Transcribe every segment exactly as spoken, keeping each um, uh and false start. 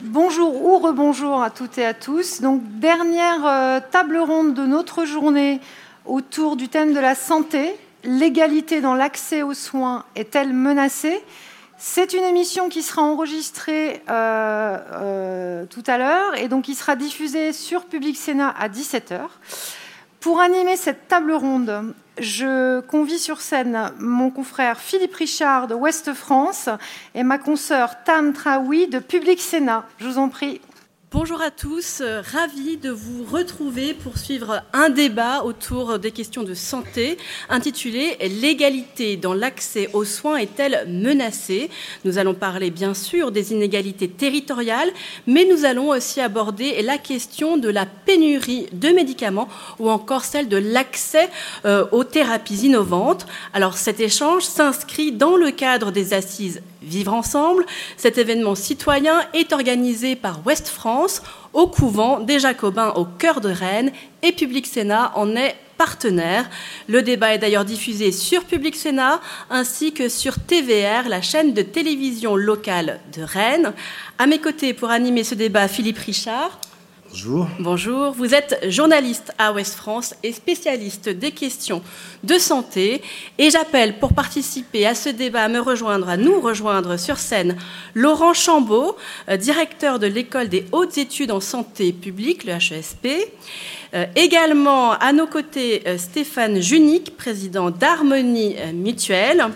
Bonjour ou rebonjour à toutes et à tous. Donc, dernière euh, table ronde de notre journée autour du thème de la santé. L'égalité dans l'accès aux soins est-elle menacée ? C'est une émission qui sera enregistrée euh, euh, tout à l'heure et donc qui sera diffusée sur Public Sénat à dix-sept heures. Pour animer cette table ronde, je convie sur scène mon confrère Philippe Richard de Ouest France et ma consoeur Tam Traoui de Public Sénat. Je vous en prie. Bonjour à tous, ravi de vous retrouver pour suivre un débat autour des questions de santé intitulé « L'égalité dans l'accès aux soins est-elle menacée ?» Nous allons parler bien sûr des inégalités territoriales, mais nous allons aussi aborder la question de la pénurie de médicaments ou encore celle de l'accès euh, aux thérapies innovantes. Alors cet échange s'inscrit dans le cadre des assises Vivre ensemble. Cet événement citoyen est organisé par Ouest France au couvent des Jacobins au cœur de Rennes et Public Sénat en est partenaire. Le débat est d'ailleurs diffusé sur Public Sénat ainsi que sur T V R, la chaîne de télévision locale de Rennes. À mes côtés pour animer ce débat, Philippe Richard. Bonjour. Bonjour. Vous êtes journaliste à Ouest France et spécialiste des questions de santé. Et j'appelle pour participer à ce débat à me rejoindre, à nous rejoindre sur scène, Laurent Chambaud, directeur de l'École des hautes études en santé publique, le H E S P. Euh, également à nos côtés, Stéphane Junique, président d'Harmonie Mutuelle.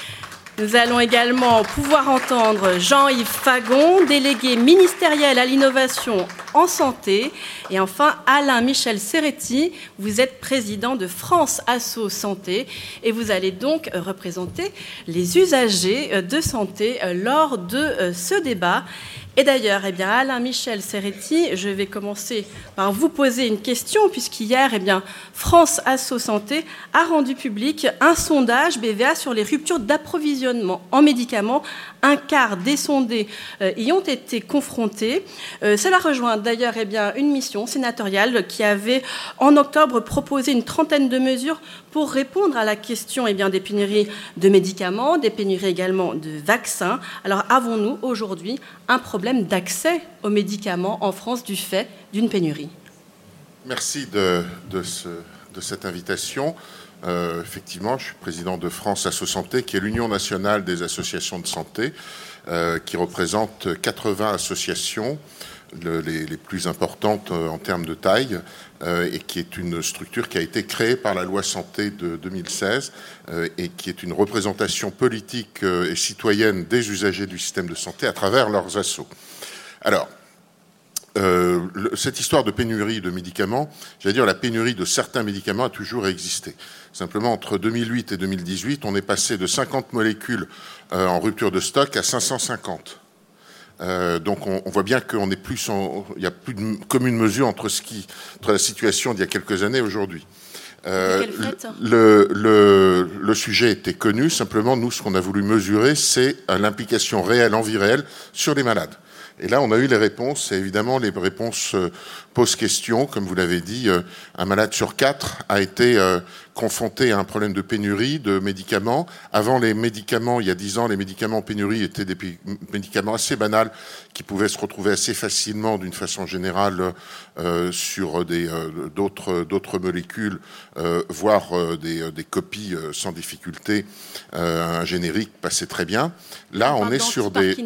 Nous allons également pouvoir entendre Jean-Yves Fagon, délégué ministériel à l'innovation en santé. Et enfin, Alain-Michel Serretti, vous êtes président de France Asso Santé et vous allez donc représenter les usagers de santé lors de ce débat. Et d'ailleurs, eh bien, Alain-Michel Serretti, je vais commencer par vous poser une question, puisqu'hier, eh bien, France Asso Santé a rendu public un sondage B V A sur les ruptures d'approvisionnement en médicaments. Un quart des sondés euh, y ont été confrontés. Euh, cela rejoint d'ailleurs eh bien, une mission sénatoriale qui avait, en octobre, proposé une trentaine de mesures pour répondre à la question eh bien, des pénuries de médicaments, des pénuries également de vaccins. Alors, avons-nous aujourd'hui un problème d'accès aux médicaments en France du fait d'une pénurie ? Merci de, de, ce, de cette invitation. Euh, effectivement, je suis président de France Asso Santé, qui est l'Union nationale des associations de santé, euh, qui représente quatre-vingts associations, le, les, les plus importantes euh, en termes de taille, euh, et qui est une structure qui a été créée par la loi santé de deux mille seize, euh, et qui est une représentation politique euh, et citoyenne des usagers du système de santé à travers leurs assos. Alors, Euh, le, cette histoire de pénurie de médicaments, j'allais dire la pénurie de certains médicaments a toujours existé. Simplement, entre deux mille huit et deux mille dix-huit, on est passé de cinquante molécules euh, en rupture de stock à cinq cent cinquante. Euh, donc on, on voit bien qu'on est plus en, il y a plus de commune mesure entre ce qui, entre la situation d'il y a quelques années et aujourd'hui. Euh, le, le, le sujet était connu. Simplement, nous, ce qu'on a voulu mesurer, c'est l'implication réelle, envie réelle, sur les malades. Et là, on a eu les réponses, et évidemment, les réponses euh, posent question. Comme vous l'avez dit, euh, un malade sur quatre a été euh, confronté à un problème de pénurie de médicaments. Avant les médicaments, il y a dix ans, les médicaments en pénurie étaient des médicaments assez banals qui pouvaient se retrouver assez facilement, d'une façon générale, euh, sur des, euh, d'autres, d'autres molécules, euh, voire euh, des, des copies euh, sans difficulté. Euh, un générique passait très bien. Là, on, on est sur des...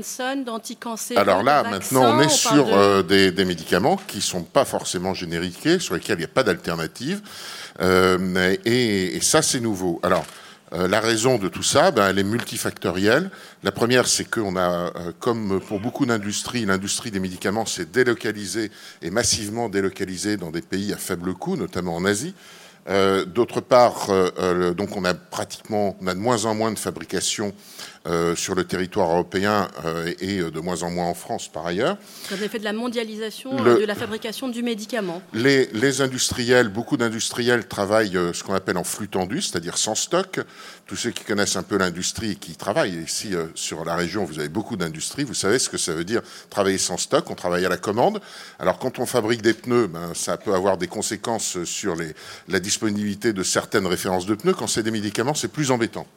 Alors là, maintenant, on est on sur de... euh, des, des médicaments qui ne sont pas forcément génériqués, sur lesquels il n'y a pas d'alternative. Euh, et, et ça, c'est nouveau. Alors, euh, la raison de tout ça, ben, elle est multifactorielle. La première, c'est qu'on a, euh, comme pour beaucoup d'industries, l'industrie des médicaments s'est délocalisée et massivement délocalisée dans des pays à faible coût, notamment en Asie. Euh, d'autre part, euh, euh, donc on a pratiquement, on a de moins en moins de fabrication euh, sur le territoire européen euh, et de moins en moins en France par ailleurs. Vous avez fait de la mondialisation le, de la fabrication du médicament. Les, les industriels, beaucoup d'industriels travaillent euh, ce qu'on appelle en flux tendu, c'est-à-dire sans stock. Tous ceux qui connaissent un peu l'industrie et qui travaillent ici euh, sur la région, vous avez beaucoup d'industries, vous savez ce que ça veut dire travailler sans stock, on travaille à la commande. Alors quand on fabrique des pneus, ben, ça peut avoir des conséquences sur les, la disponibilité de certaines références de pneus. Quand c'est des médicaments, c'est plus embêtant.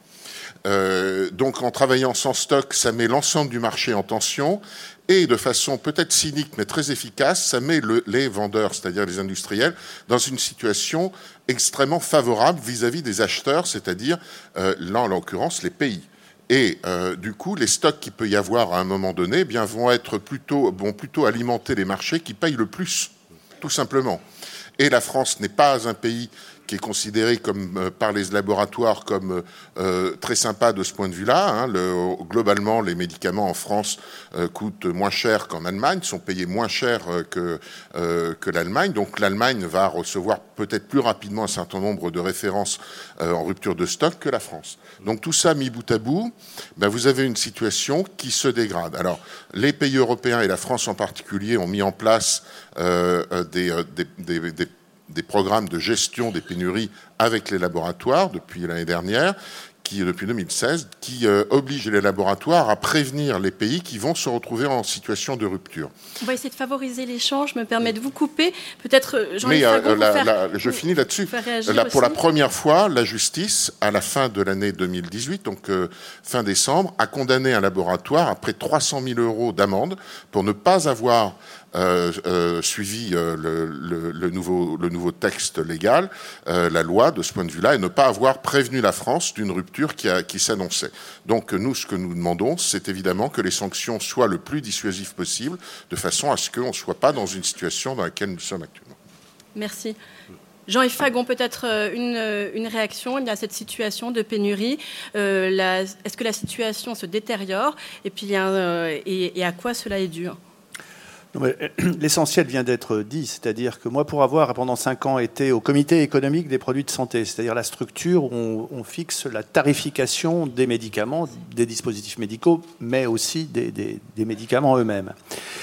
Euh, donc en travaillant sans stock, ça met l'ensemble du marché en tension. Et de façon peut-être cynique, mais très efficace, ça met le, les vendeurs, c'est-à-dire les industriels, dans une situation extrêmement favorable vis-à-vis des acheteurs, c'est-à-dire, euh, là en l'occurrence, les pays. Et euh, du coup, les stocks qu'il peut y avoir à un moment donné, eh bien, vont être plutôt, vont plutôt alimenter les marchés qui payent le plus, tout simplement. Et la France n'est pas un pays qui est considéré comme, euh, par les laboratoires comme euh, très sympa de ce point de vue-là. Hein. Le, globalement, les médicaments en France euh, coûtent moins cher qu'en Allemagne, sont payés moins cher euh, que, euh, que l'Allemagne. Donc l'Allemagne va recevoir peut-être plus rapidement un certain nombre de références euh, en rupture de stock que la France. Donc tout ça mis bout à bout, ben, vous avez une situation qui se dégrade. Alors les pays européens et la France en particulier ont mis en place euh, des, des, des, des des programmes de gestion des pénuries avec les laboratoires depuis l'année dernière, qui, depuis deux mille seize, qui euh, obligent les laboratoires à prévenir les pays qui vont se retrouver en situation de rupture. On va essayer de favoriser l'échange. Je me permets de vous couper. Peut-être, Jean-Yves Fagon, euh, la, faire, la, je finis là-dessus. Là, pour la première fois, la justice, à la fin de l'année deux mille dix-huit, donc euh, fin décembre, a condamné un laboratoire à près de trois cent mille euros d'amende pour ne pas avoir Euh, euh, suivi euh, le, le, le, nouveau, le nouveau texte légal, euh, la loi de ce point de vue-là, et ne pas avoir prévenu la France d'une rupture qui, a, qui s'annonçait. Donc nous, ce que nous demandons, c'est évidemment que les sanctions soient le plus dissuasives possible, de façon à ce qu'on ne soit pas dans une situation dans laquelle nous sommes actuellement. Merci. Jean-Yves Fagon, peut-être une, une réaction. Il y a cette situation de pénurie. Euh, la, est-ce que la situation se détériore et, puis, il y a un, euh, et, et à quoi cela est dû ? Non, mais l'essentiel vient d'être dit, c'est-à-dire que moi, pour avoir pendant cinq ans été au comité économique des produits de santé, c'est-à-dire la structure où on, on fixe la tarification des médicaments, des dispositifs médicaux, mais aussi des, des, des médicaments eux-mêmes.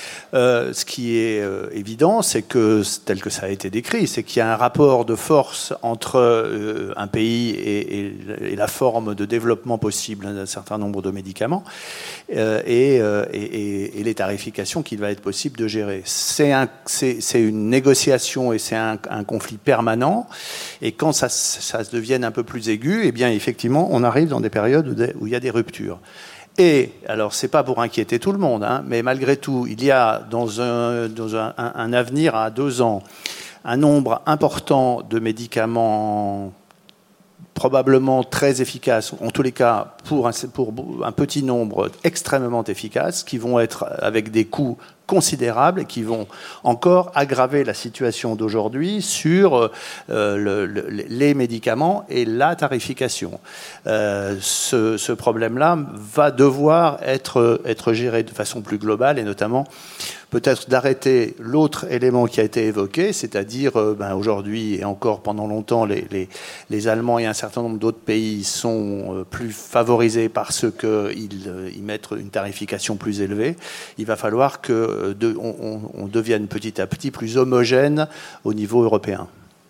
Euh, ce qui est euh, évident, c'est que, tel que ça a été décrit, c'est qu'il y a un rapport de force entre euh, un pays et, et, et la forme de développement possible d'un certain nombre de médicaments euh, et, euh, et, et les tarifications qu'il va être possible de gérer. C'est, un, c'est, c'est une négociation et c'est un, un conflit permanent. Et quand ça, ça devient un peu plus aigu, eh bien, effectivement, on arrive dans des périodes où il y a des ruptures. Et, alors, c'est pas pour inquiéter tout le monde, hein, mais malgré tout, il y a dans un, dans un, un avenir à deux ans un nombre important de médicaments probablement très efficaces, en tous les cas pour un, pour un petit nombre extrêmement efficaces, qui vont être avec des coûts considérables et qui vont encore aggraver la situation d'aujourd'hui sur euh, le, le, les médicaments et la tarification. Euh, ce, ce problème-là va devoir être, être géré de façon plus globale et notamment peut-être d'arrêter l'autre élément qui a été évoqué, c'est-à-dire euh, ben, aujourd'hui et encore pendant longtemps, les, les, les Allemands et un certain nombre d'autres pays sont euh, plus favorisés parce qu'ils euh, ils mettent une tarification plus élevée. Il va falloir que De, on, on devienne petit à petit plus homogène au niveau européen.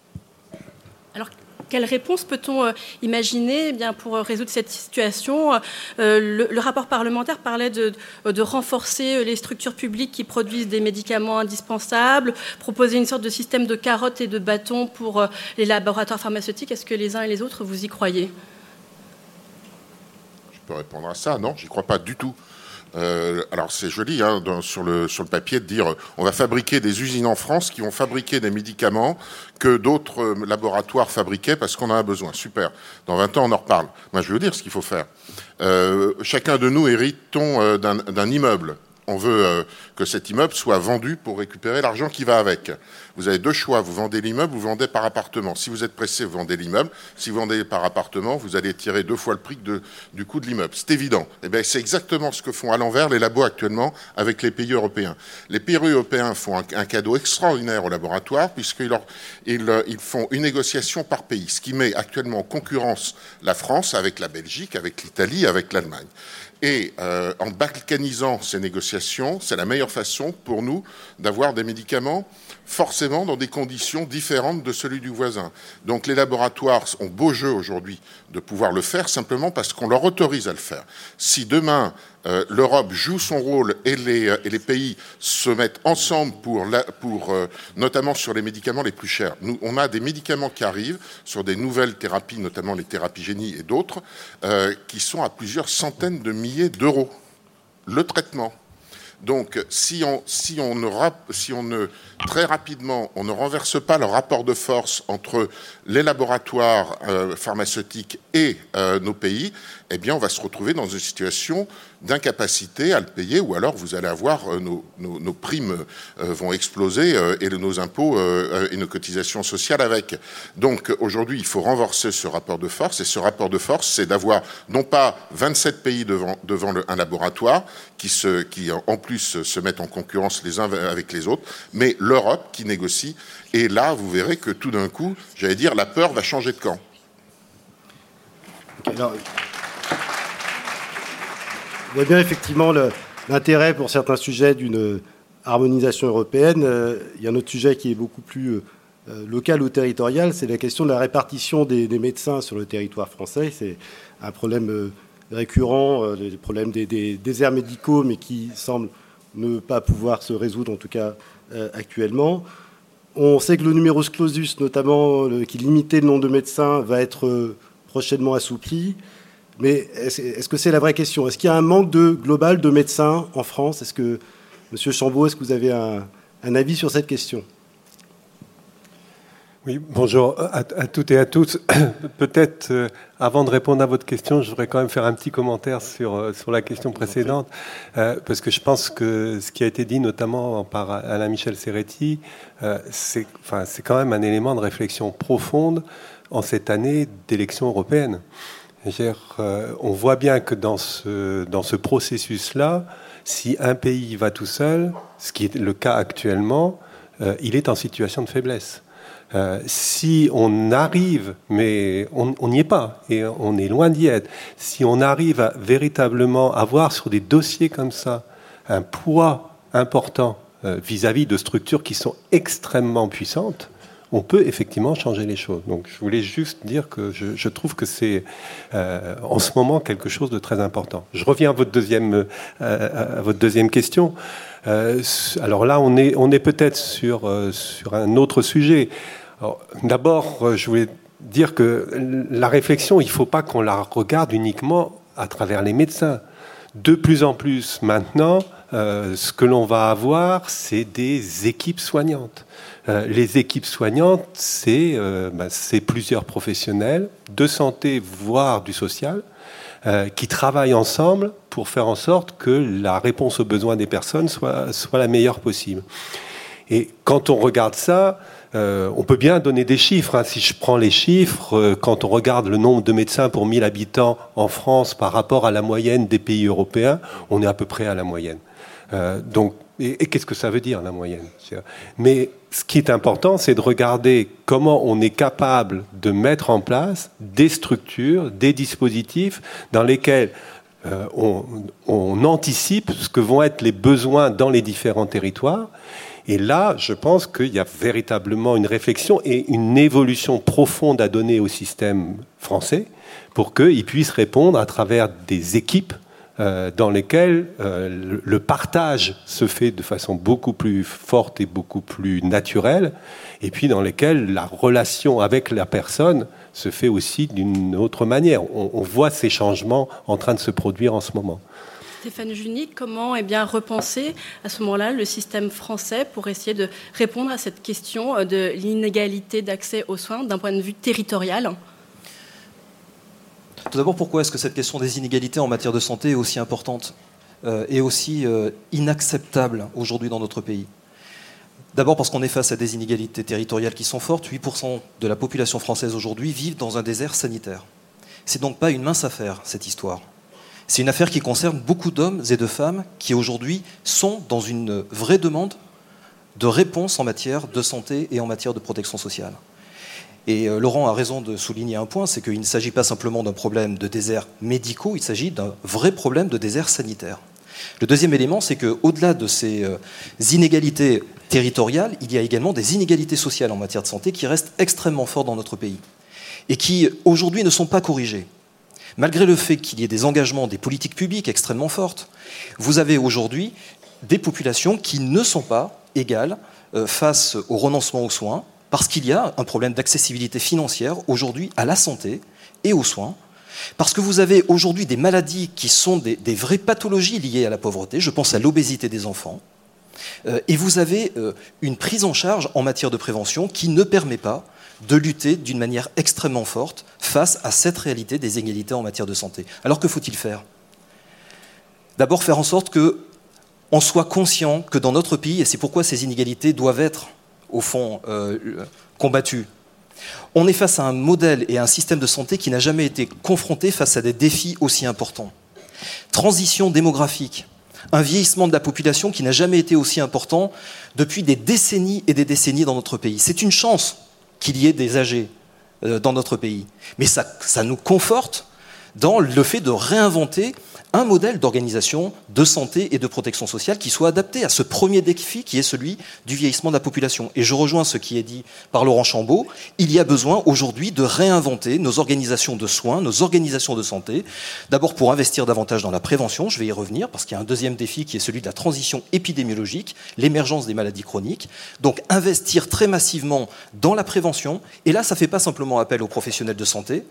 Alors, quelle réponse peut-on euh, imaginer eh bien, pour résoudre cette situation ? euh, le, le rapport parlementaire parlait de, de renforcer les structures publiques qui produisent des médicaments indispensables, proposer une sorte de système de carottes et de bâtons pour euh, les laboratoires pharmaceutiques. Est-ce que les uns et les autres, vous y croyez ? Je peux répondre à ça. Non, j'y crois pas du tout. Euh, alors c'est joli hein, dans, sur, le, sur le papier de dire on va fabriquer des usines en France qui vont fabriquer des médicaments que d'autres euh, laboratoires fabriquaient parce qu'on en a besoin. Super. Dans vingt ans on en reparle. Moi je veux vous dire ce qu'il faut faire. Euh, chacun de nous héritons euh, d'un, d'un immeuble. On veut euh, que cet immeuble soit vendu pour récupérer l'argent qui va avec. Vous avez deux choix, vous vendez l'immeuble ou vous vendez par appartement. Si vous êtes pressé, vous vendez l'immeuble. Si vous vendez par appartement, vous allez tirer deux fois le prix de, du coût de l'immeuble. C'est évident. Eh bien, c'est exactement ce que font à l'envers les labos actuellement avec les pays européens. Les pays européens font un, un cadeau extraordinaire aux laboratoires puisqu'ils leur, ils, ils font une négociation par pays, ce qui met actuellement en concurrence la France avec la Belgique, avec l'Italie, avec l'Allemagne. Et euh, en balkanisant ces négociations, l'association, c'est la meilleure façon pour nous d'avoir des médicaments forcément dans des conditions différentes de celui du voisin. Donc les laboratoires ont beau jeu aujourd'hui de pouvoir le faire simplement parce qu'on leur autorise à le faire. Si demain euh, l'Europe joue son rôle et les, euh, et les pays se mettent ensemble pour, la, pour euh, notamment sur les médicaments les plus chers. Nous, on a des médicaments qui arrivent sur des nouvelles thérapies, notamment les thérapies génie et d'autres, euh, qui sont à plusieurs centaines de milliers d'euros. Le traitement. Donc, si on, si on ne, si on ne, très rapidement, on ne renverse pas le rapport de force entre les laboratoires euh, pharmaceutiques et euh, nos pays, eh bien, on va se retrouver dans une situation d'incapacité à le payer, ou alors vous allez avoir euh, nos, nos, nos primes euh, vont exploser euh, et nos impôts euh, et nos cotisations sociales avec. Donc, aujourd'hui, il faut renverser ce rapport de force, et ce rapport de force, c'est d'avoir non pas vingt-sept pays devant, devant le, un laboratoire qui, se, qui en plus se mettent en concurrence les uns avec les autres, mais l'Europe qui négocie. Et là, vous verrez que tout d'un coup, j'allais dire, la peur va changer de camp. Okay, alors, on voit bien effectivement le, l'intérêt pour certains sujets d'une harmonisation européenne. Euh, il y a un autre sujet qui est beaucoup plus euh, local ou territorial, c'est la question de la répartition des, des médecins sur le territoire français. C'est un problème euh, récurrent, euh, le problème des, des déserts médicaux, mais qui semble ne pas pouvoir se résoudre, en tout cas euh, actuellement. On sait que le numerus clausus, notamment, le, qui limitait le nombre de médecins, va être euh, prochainement assoupli. Mais est-ce, est-ce que c'est la vraie question ? Est-ce qu'il y a un manque de, global de médecins en France ? Est-ce que, Monsieur Chambaud, est-ce que vous avez un, un avis sur cette question ? Oui, bonjour à, à toutes et à tous. Peut-être, euh, avant de répondre à votre question, je voudrais quand même faire un petit commentaire sur, euh, sur la question précédente, euh, parce que je pense que ce qui a été dit notamment par Alain Michel Serretti, euh, c'est, enfin, c'est quand même un élément de réflexion profonde en cette année d'élection européenne. C'est-à-dire, euh, on voit bien que dans ce, dans ce processus-là, si un pays va tout seul, ce qui est le cas actuellement, euh, il est en situation de faiblesse. Euh, si on arrive, mais on n'y est pas, et on est loin d'y être, si on arrive à véritablement avoir sur des dossiers comme ça un poids important euh, vis-à-vis de structures qui sont extrêmement puissantes, on peut effectivement changer les choses. Donc je voulais juste dire que je, je trouve que c'est euh, en ce moment quelque chose de très important. Je reviens à votre deuxième, euh, à votre deuxième question. Euh, alors là, on est, on est peut-être sur, euh, sur un autre sujet. Alors, d'abord, je voulais dire que la réflexion, il ne faut pas qu'on la regarde uniquement à travers les médecins. De plus en plus maintenant, euh, ce que l'on va avoir, c'est des équipes soignantes. Euh, les équipes soignantes, c'est, euh, ben, c'est plusieurs professionnels de santé, voire du social, euh, qui travaillent ensemble pour faire en sorte que la réponse aux besoins des personnes soit, soit la meilleure possible. Et quand on regarde ça, euh, on peut bien donner des chiffres. Hein. Si je prends les chiffres, euh, quand on regarde le nombre de médecins pour mille habitants en France par rapport à la moyenne des pays européens, on est à peu près à la moyenne. Euh, donc, et, et qu'est-ce que ça veut dire, la moyenne ? Mais ce qui est important, c'est de regarder comment on est capable de mettre en place des structures, des dispositifs dans lesquels euh, on, on anticipe ce que vont être les besoins dans les différents territoires. Et là, je pense qu'il y a véritablement une réflexion et une évolution profonde à donner au système français pour qu'il puisse répondre à travers des équipes euh, dans lesquelles euh, le, le partage se fait de façon beaucoup plus forte et beaucoup plus naturelle, et puis dans lesquelles la relation avec la personne se fait aussi d'une autre manière. On, on voit ces changements en train de se produire en ce moment. Stéphane Junique, comment eh bien, repenser à ce moment-là le système français pour essayer de répondre à cette question de l'inégalité d'accès aux soins d'un point de vue territorial ? Tout d'abord, pourquoi est-ce que cette question des inégalités en matière de santé est aussi importante euh, et aussi euh, inacceptable aujourd'hui dans notre pays ? D'abord parce qu'on est face à des inégalités territoriales qui sont fortes. huit pour cent de la population française aujourd'hui vivent dans un désert sanitaire. C'est donc pas une mince affaire, cette histoire. C'est une affaire qui concerne beaucoup d'hommes et de femmes qui aujourd'hui sont dans une vraie demande de réponse en matière de santé et en matière de protection sociale. Et euh, Laurent a raison de souligner un point, c'est qu'il ne s'agit pas simplement d'un problème de déserts médicaux, il s'agit d'un vrai problème de désert sanitaire. Le deuxième élément, c'est qu'au-delà de ces euh, inégalités territoriales, il y a également des inégalités sociales en matière de santé qui restent extrêmement fortes dans notre pays et qui, aujourd'hui, ne sont pas corrigées. Malgré le fait qu'il y ait des engagements, des politiques publiques extrêmement fortes, vous avez aujourd'hui des populations qui ne sont pas égales euh, face au renoncement aux soins, parce qu'il y a un problème d'accessibilité financière aujourd'hui à la santé et aux soins, parce que vous avez aujourd'hui des maladies qui sont des, des vraies pathologies liées à la pauvreté, je pense à l'obésité des enfants, euh, et vous avez euh, une prise en charge en matière de prévention qui ne permet pas de lutter d'une manière extrêmement forte face à cette réalité des inégalités en matière de santé. Alors que faut-il faire ? D'abord faire en sorte qu'on soit conscient que dans notre pays, et c'est pourquoi ces inégalités doivent être, au fond, euh, combattues, on est face à un modèle et à un système de santé qui n'a jamais été confronté face à des défis aussi importants. Transition démographique, un vieillissement de la population qui n'a jamais été aussi important depuis des décennies et des décennies dans notre pays. C'est une chance qu'il y ait des âgés euh, dans notre pays. Mais ça, ça nous conforte dans le fait de réinventer un modèle d'organisation de santé et de protection sociale qui soit adapté à ce premier défi qui est celui du vieillissement de la population. Et je rejoins ce qui est dit par Laurent Chambaud, il y a besoin aujourd'hui de réinventer nos organisations de soins, nos organisations de santé, d'abord pour investir davantage dans la prévention, je vais y revenir, parce qu'il y a un deuxième défi qui est celui de la transition épidémiologique, l'émergence des maladies chroniques, donc investir très massivement dans la prévention, et là ça ne fait pas simplement appel aux professionnels de santé,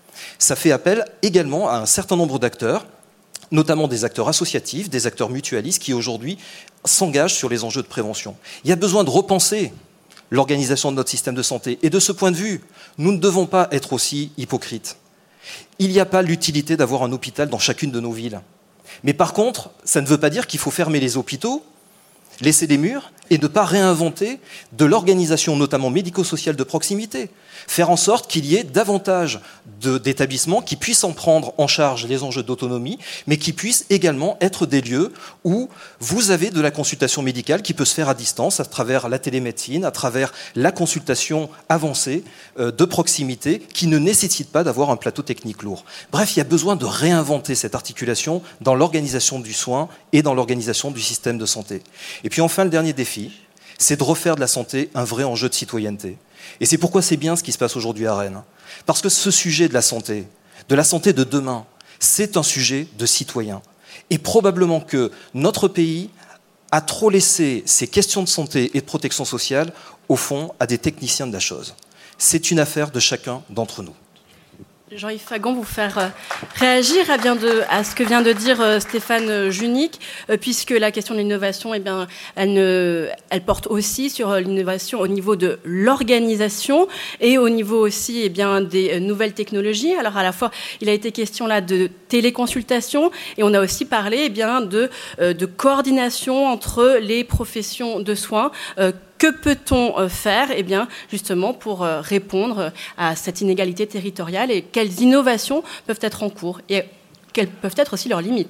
ça fait appel également à un certain nombre d'acteurs, notamment des acteurs associatifs, des acteurs mutualistes qui aujourd'hui s'engagent sur les enjeux de prévention. Il y a besoin de repenser l'organisation de notre système de santé. Et de ce point de vue, nous ne devons pas être aussi hypocrites. Il n'y a pas l'utilité d'avoir un hôpital dans chacune de nos villes. Mais par contre, ça ne veut pas dire qu'il faut fermer les hôpitaux, laisser des murs et ne pas réinventer de l'organisation, notamment médico-sociale de proximité. Faire en sorte qu'il y ait davantage de, d'établissements qui puissent en prendre en charge les enjeux d'autonomie, mais qui puissent également être des lieux où vous avez de la consultation médicale qui peut se faire à distance, à travers la télémédecine, à travers la consultation avancée euh, de proximité, qui ne nécessite pas d'avoir un plateau technique lourd. Bref, il y a besoin de réinventer cette articulation dans l'organisation du soin et dans l'organisation du système de santé. Et puis enfin, le dernier défi, c'est de refaire de la santé un vrai enjeu de citoyenneté. Et c'est pourquoi c'est bien ce qui se passe aujourd'hui à Rennes. Parce que ce sujet de la santé, de la santé de demain, c'est un sujet de citoyens. Et probablement que notre pays a trop laissé ces questions de santé et de protection sociale, au fond, à des techniciens de la chose. C'est une affaire de chacun d'entre nous. Jean-Yves Fagon, vous faire réagir à, bien de, à ce que vient de dire Stéphane Junique, puisque la question de l'innovation, eh bien, elle, ne, elle porte aussi sur l'innovation au niveau de l'organisation et au niveau aussi eh bien, des nouvelles technologies. Alors à la fois, il a été question là de téléconsultation et on a aussi parlé eh bien, de, de coordination entre les professions de soins. Que peut-on faire eh bien, justement pour répondre à cette inégalité territoriale et quelles innovations peuvent être en cours et quelles peuvent être aussi leurs limites ?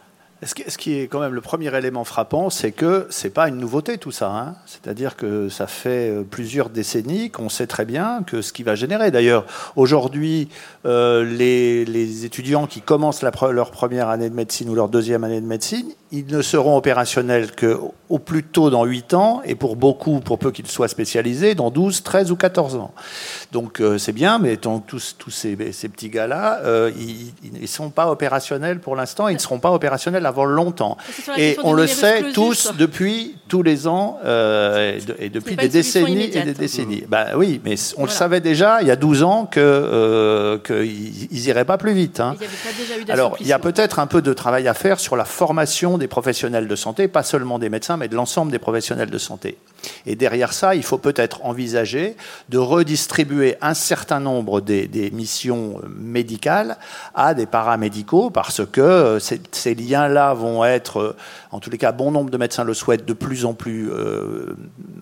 Ce qui est quand même le premier élément frappant, c'est que ce n'est pas une nouveauté tout ça. Hein. C'est-à-dire que ça fait plusieurs décennies qu'on sait très bien que ce qui va générer. D'ailleurs, aujourd'hui, euh, les, les étudiants qui commencent la, leur première année de médecine ou leur deuxième année de médecine, ils ne seront opérationnels qu'au plus tôt dans huit ans, et pour beaucoup, pour peu qu'ils soient spécialisés, dans douze, treize ou quatorze ans. Donc euh, c'est bien, mais tant, tous, tous ces, ces petits gars-là, euh, ils ne sont pas opérationnels pour l'instant, ils ne seront pas opérationnels avant longtemps. Et on le sait tous depuis tous les ans, euh, et, de, et depuis des décennies et des décennies. Ben oui, mais on voilà. le savait déjà il y a douze ans qu'ils euh, n'iraient pas plus vite. Hein. Alors il y a peut-être un peu de travail à faire sur la formation des professionnels de santé, pas seulement des médecins, mais de l'ensemble des professionnels de santé. Et derrière ça, il faut peut-être envisager de redistribuer un certain nombre des, des missions médicales à des paramédicaux, parce que ces, ces liens-là vont être, en tous les cas, bon nombre de médecins le souhaitent, de plus en plus euh,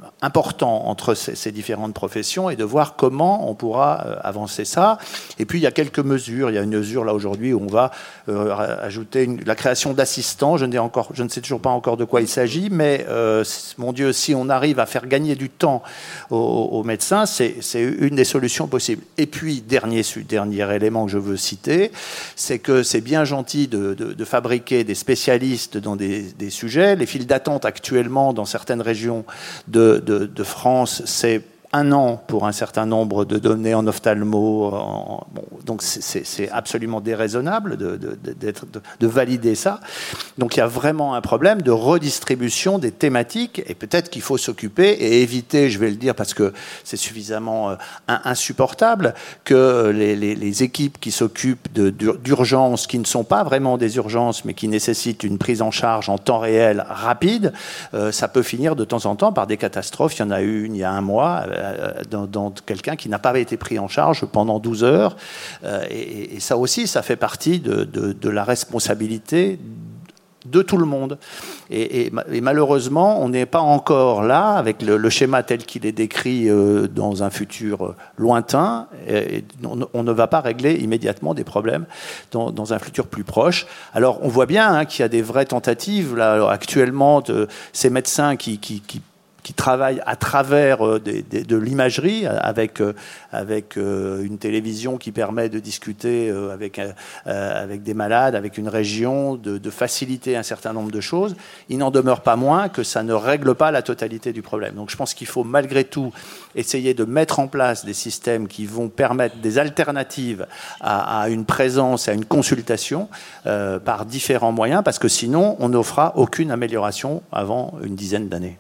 important entre ces, ces différentes professions et de voir comment on pourra euh, avancer ça. Et puis il y a quelques mesures. Il y a une mesure là aujourd'hui où on va euh, ajouter une, la création d'assistants. Je ne, encore, je ne sais toujours pas encore de quoi il s'agit, mais euh, mon Dieu, si on arrive à faire gagner du temps aux, aux médecins, c'est, c'est une des solutions possibles. Et puis dernier, dernier élément que je veux citer, c'est que c'est bien gentil de, de, de fabriquer des spécialistes dans des, des sujets. Les files d'attente actuellement dans certaines régions de, de, de France, c'est un an pour un certain nombre de données en ophtalmo. En, bon, donc c'est, c'est absolument déraisonnable de, de, de, de, de valider ça. Donc il y a vraiment un problème de redistribution des thématiques et peut-être qu'il faut s'occuper et éviter, je vais le dire parce que c'est suffisamment euh, insupportable, que les, les, les équipes qui s'occupent de, d'urgences qui ne sont pas vraiment des urgences mais qui nécessitent une prise en charge en temps réel rapide, euh, ça peut finir de temps en temps par des catastrophes. Il y en a eu une il y a un mois Dans, dans quelqu'un qui n'a pas été pris en charge pendant douze heures. Euh, et, et ça aussi, ça fait partie de, de, de la responsabilité de tout le monde. Et, et, et malheureusement, on n'est pas encore là, avec le, le schéma tel qu'il est décrit euh, dans un futur lointain, et, et on, on ne va pas régler immédiatement des problèmes dans, dans un futur plus proche. Alors, on voit bien hein, qu'il y a des vraies tentatives, là, actuellement, de ces médecins qui, qui, qui qui travaillent à travers euh, des, des, de l'imagerie, avec, euh, avec euh, une télévision qui permet de discuter euh, avec, euh, avec des malades, avec une région, de, de faciliter un certain nombre de choses. Il n'en demeure pas moins que ça ne règle pas la totalité du problème. Donc je pense qu'il faut malgré tout essayer de mettre en place des systèmes qui vont permettre des alternatives à, à une présence, à une consultation euh, par différents moyens, parce que sinon on n'offrira aucune amélioration avant une dizaine d'années.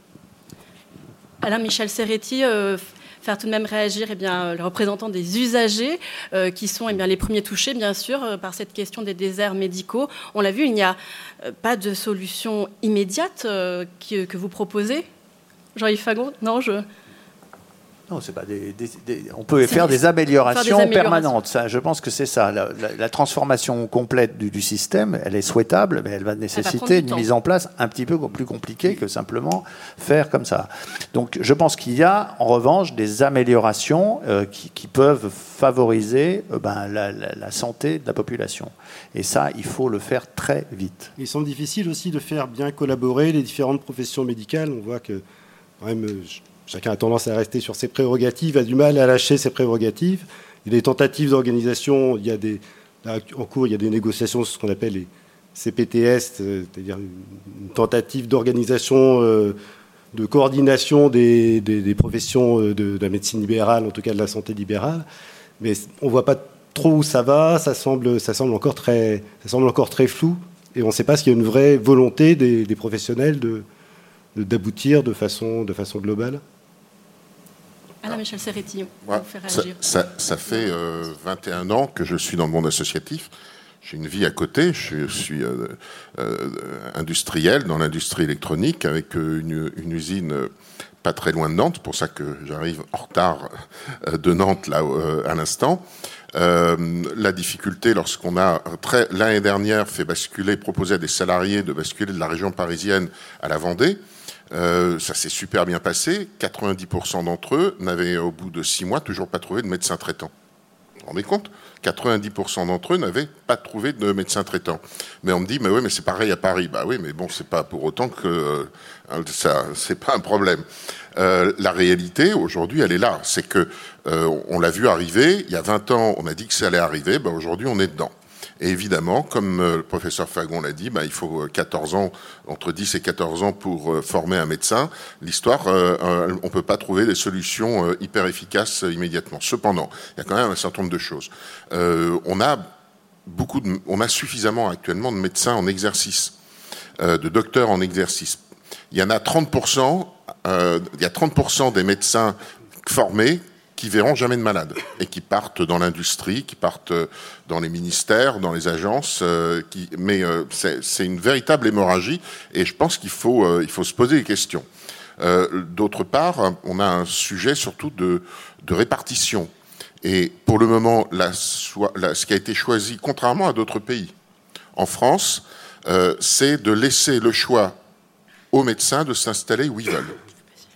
Alain Michel Serretti, euh, faire tout de même réagir eh bien, les représentants des usagers euh, qui sont eh bien, les premiers touchés, bien sûr, euh, par cette question des déserts médicaux. On l'a vu, il n'y a euh, pas de solution immédiate euh, qui, que vous proposez. Jean-Yves Fagon, non, je... Non, c'est pas des, des, des, on peut faire des améliorations, faire des améliorations permanentes. Ça, je pense que c'est ça. La, la, la transformation complète du, du système, elle est souhaitable, mais elle va nécessiter elle va une mise en place un petit peu plus compliquée que simplement faire comme ça. Donc, je pense qu'il y a, en revanche, des améliorations euh, qui, qui peuvent favoriser euh, ben, la, la, la santé de la population. Et ça, il faut le faire très vite. Il semble difficile aussi de faire bien collaborer les différentes professions médicales. On voit que, quand même, je... chacun a tendance à rester sur ses prérogatives, a du mal à lâcher ses prérogatives. Il y a des tentatives d'organisation, il y a des, en cours, il y a des négociations sur ce qu'on appelle les C P T S, c'est-à-dire une tentative d'organisation, de coordination des, des, des professions de, de la médecine libérale, en tout cas de la santé libérale. Mais on ne voit pas trop où ça va, ça semble, ça semble, encore, très, ça semble encore très flou, et on ne sait pas s'il y a une vraie volonté des, des professionnels de, de, d'aboutir de façon, de façon globale. Alain Michel Serretti, ouais, ça, ça, ça fait euh, vingt et un ans que je suis dans le monde associatif. J'ai une vie à côté. Je suis euh, euh, industriel dans l'industrie électronique avec une, une usine pas très loin de Nantes. C'est pour ça que j'arrive en retard de Nantes là euh, à l'instant. Euh, la difficulté lorsqu'on a très, l'année dernière fait basculer, proposé à des salariés de basculer de la région parisienne à la Vendée. Euh, ça s'est super bien passé. quatre-vingt-dix pour cent d'entre eux n'avaient, au bout de six mois, toujours pas trouvé de médecin traitant. Vous vous rendez compte ? quatre-vingt-dix pour cent d'entre eux n'avaient pas trouvé de médecin traitant. Mais on me dit, mais oui, mais c'est pareil à Paris. Bah oui, mais bon, c'est pas pour autant que euh, ça, c'est pas un problème. Euh, la réalité aujourd'hui, elle est là. C'est que euh, on l'a vu arriver. Il y a vingt ans, on a dit que ça allait arriver. Bah aujourd'hui, on est dedans. Et évidemment, comme le professeur Fagon l'a dit, bah, il faut quatorze ans, entre dix et quatorze ans pour euh, former un médecin. L'histoire, euh, euh, on ne peut pas trouver des solutions euh, hyper efficaces euh, immédiatement. Cependant, il y a quand même un certain nombre de choses. Euh, on a beaucoup de, on a suffisamment actuellement de médecins en exercice, euh, de docteurs en exercice. Il y en a trente pour cent, euh, il y a trente pour cent des médecins formés qui verront jamais de malades et qui partent dans l'industrie, qui partent dans les ministères, dans les agences. Euh, qui, mais euh, c'est, c'est une véritable hémorragie et je pense qu'il faut, euh, il faut se poser des questions. Euh, d'autre part, on a un sujet surtout de, de répartition. Et pour le moment, la, la, ce qui a été choisi, contrairement à d'autres pays, en France, euh, c'est de laisser le choix aux médecins de s'installer où ils veulent.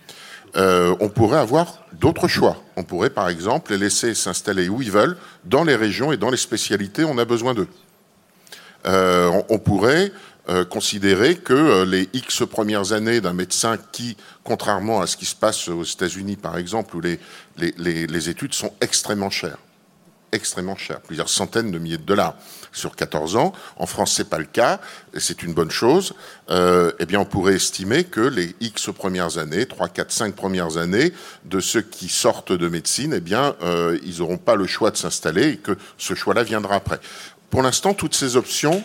euh, on pourrait avoir d'autres choix. On pourrait, par exemple, les laisser s'installer où ils veulent, dans les régions et dans les spécialités où on a besoin d'eux. Euh, on, on pourrait euh, considérer que euh, les X premières années d'un médecin qui, contrairement à ce qui se passe aux États-Unis, par exemple, où les, les, les, les études sont extrêmement chères, extrêmement chères, plusieurs centaines de milliers de dollars sur quatorze ans. En France, c'est pas le cas, et c'est une bonne chose. Euh, eh bien, on pourrait estimer que les X premières années, trois, quatre, cinq premières années de ceux qui sortent de médecine, eh bien, euh, ils n'auront pas le choix de s'installer et que ce choix-là viendra après. Pour l'instant, toutes ces options...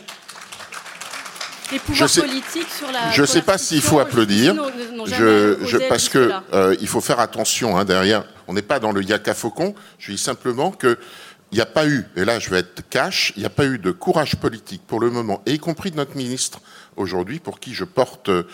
Les pouvoirs politiques sur la... Je ne sais pas s'il faut applaudir, je, je, parce que euh, il faut faire attention, hein, derrière, on n'est pas dans le yaka faucon, je dis simplement que il n'y a pas eu, et là je vais être cash, il n'y a pas eu de courage politique pour le moment, et y compris de notre ministre aujourd'hui, pour qui je porte euh,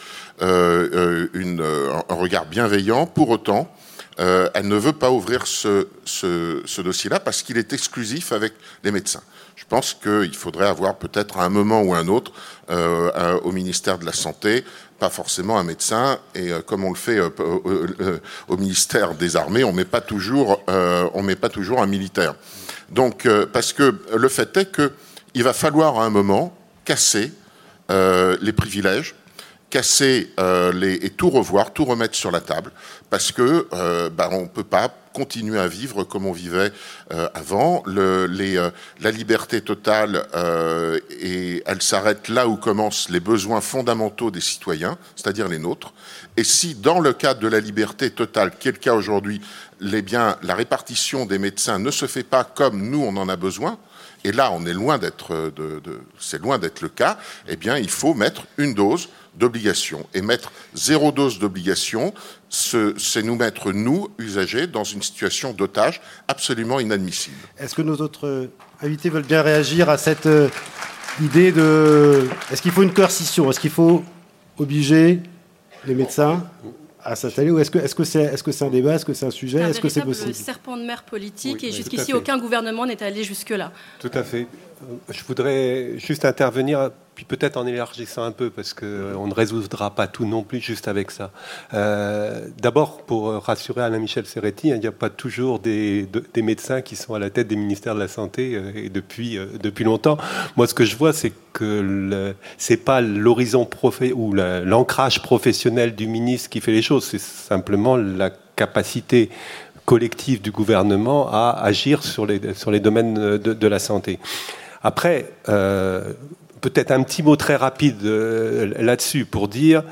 euh, une, un regard bienveillant. Pour autant, euh, elle ne veut pas ouvrir ce, ce, ce dossier-là parce qu'il est exclusif avec les médecins. Je pense qu'il faudrait avoir peut-être à un moment ou à un autre euh, un, au ministère de la Santé, pas forcément un médecin, et euh, comme on le fait euh, euh, euh, au ministère des Armées, on met pas toujours, euh, on met pas toujours un militaire. Donc, euh, parce que le fait est que il va falloir à un moment casser euh, les privilèges, casser euh, les, et tout revoir, tout remettre sur la table, parce que euh, bah, on peut pas continuer à vivre comme on vivait euh, avant. Le, les, euh, la liberté totale, euh, et elle s'arrête là où commencent les besoins fondamentaux des citoyens, c'est-à-dire les nôtres. Et si, dans le cadre de la liberté totale, qui est le cas aujourd'hui, les biens, la répartition des médecins ne se fait pas comme nous on en a besoin, et là on est loin d'être, de, de, c'est loin d'être le cas, eh bien il faut mettre une dose d'obligation. Et mettre zéro dose d'obligation, c'est nous mettre, nous, usagers, dans une situation d'otage absolument inadmissible. Est-ce que nos autres invités veulent bien réagir à cette euh, idée de... Est-ce qu'il faut une coercition? Est-ce qu'il faut obliger les médecins à s'installer? Ou est-ce que est-ce que c'est est-ce que c'est un débat? Est-ce que c'est un sujet? Est-ce que c'est possible? C'est un serpent de mer politique, oui, et oui, jusqu'ici, aucun gouvernement n'est allé jusque-là. Tout à fait. Je voudrais juste intervenir, puis peut-être en élargissant un peu, parce qu'on ne résoudra pas tout non plus juste avec ça. Euh, d'abord, pour rassurer Alain Michel Serretti, il n'y a pas toujours des, de, des médecins qui sont à la tête des ministères de la Santé, euh, et depuis, euh, depuis longtemps. Moi, ce que je vois, c'est que ce n'est pas l'horizon profé, ou la, l'ancrage professionnel du ministre qui fait les choses, c'est simplement la capacité collective du gouvernement à agir sur les, sur les domaines de, de la santé. Après, euh, peut-être un petit mot très rapide euh, là-dessus pour dire,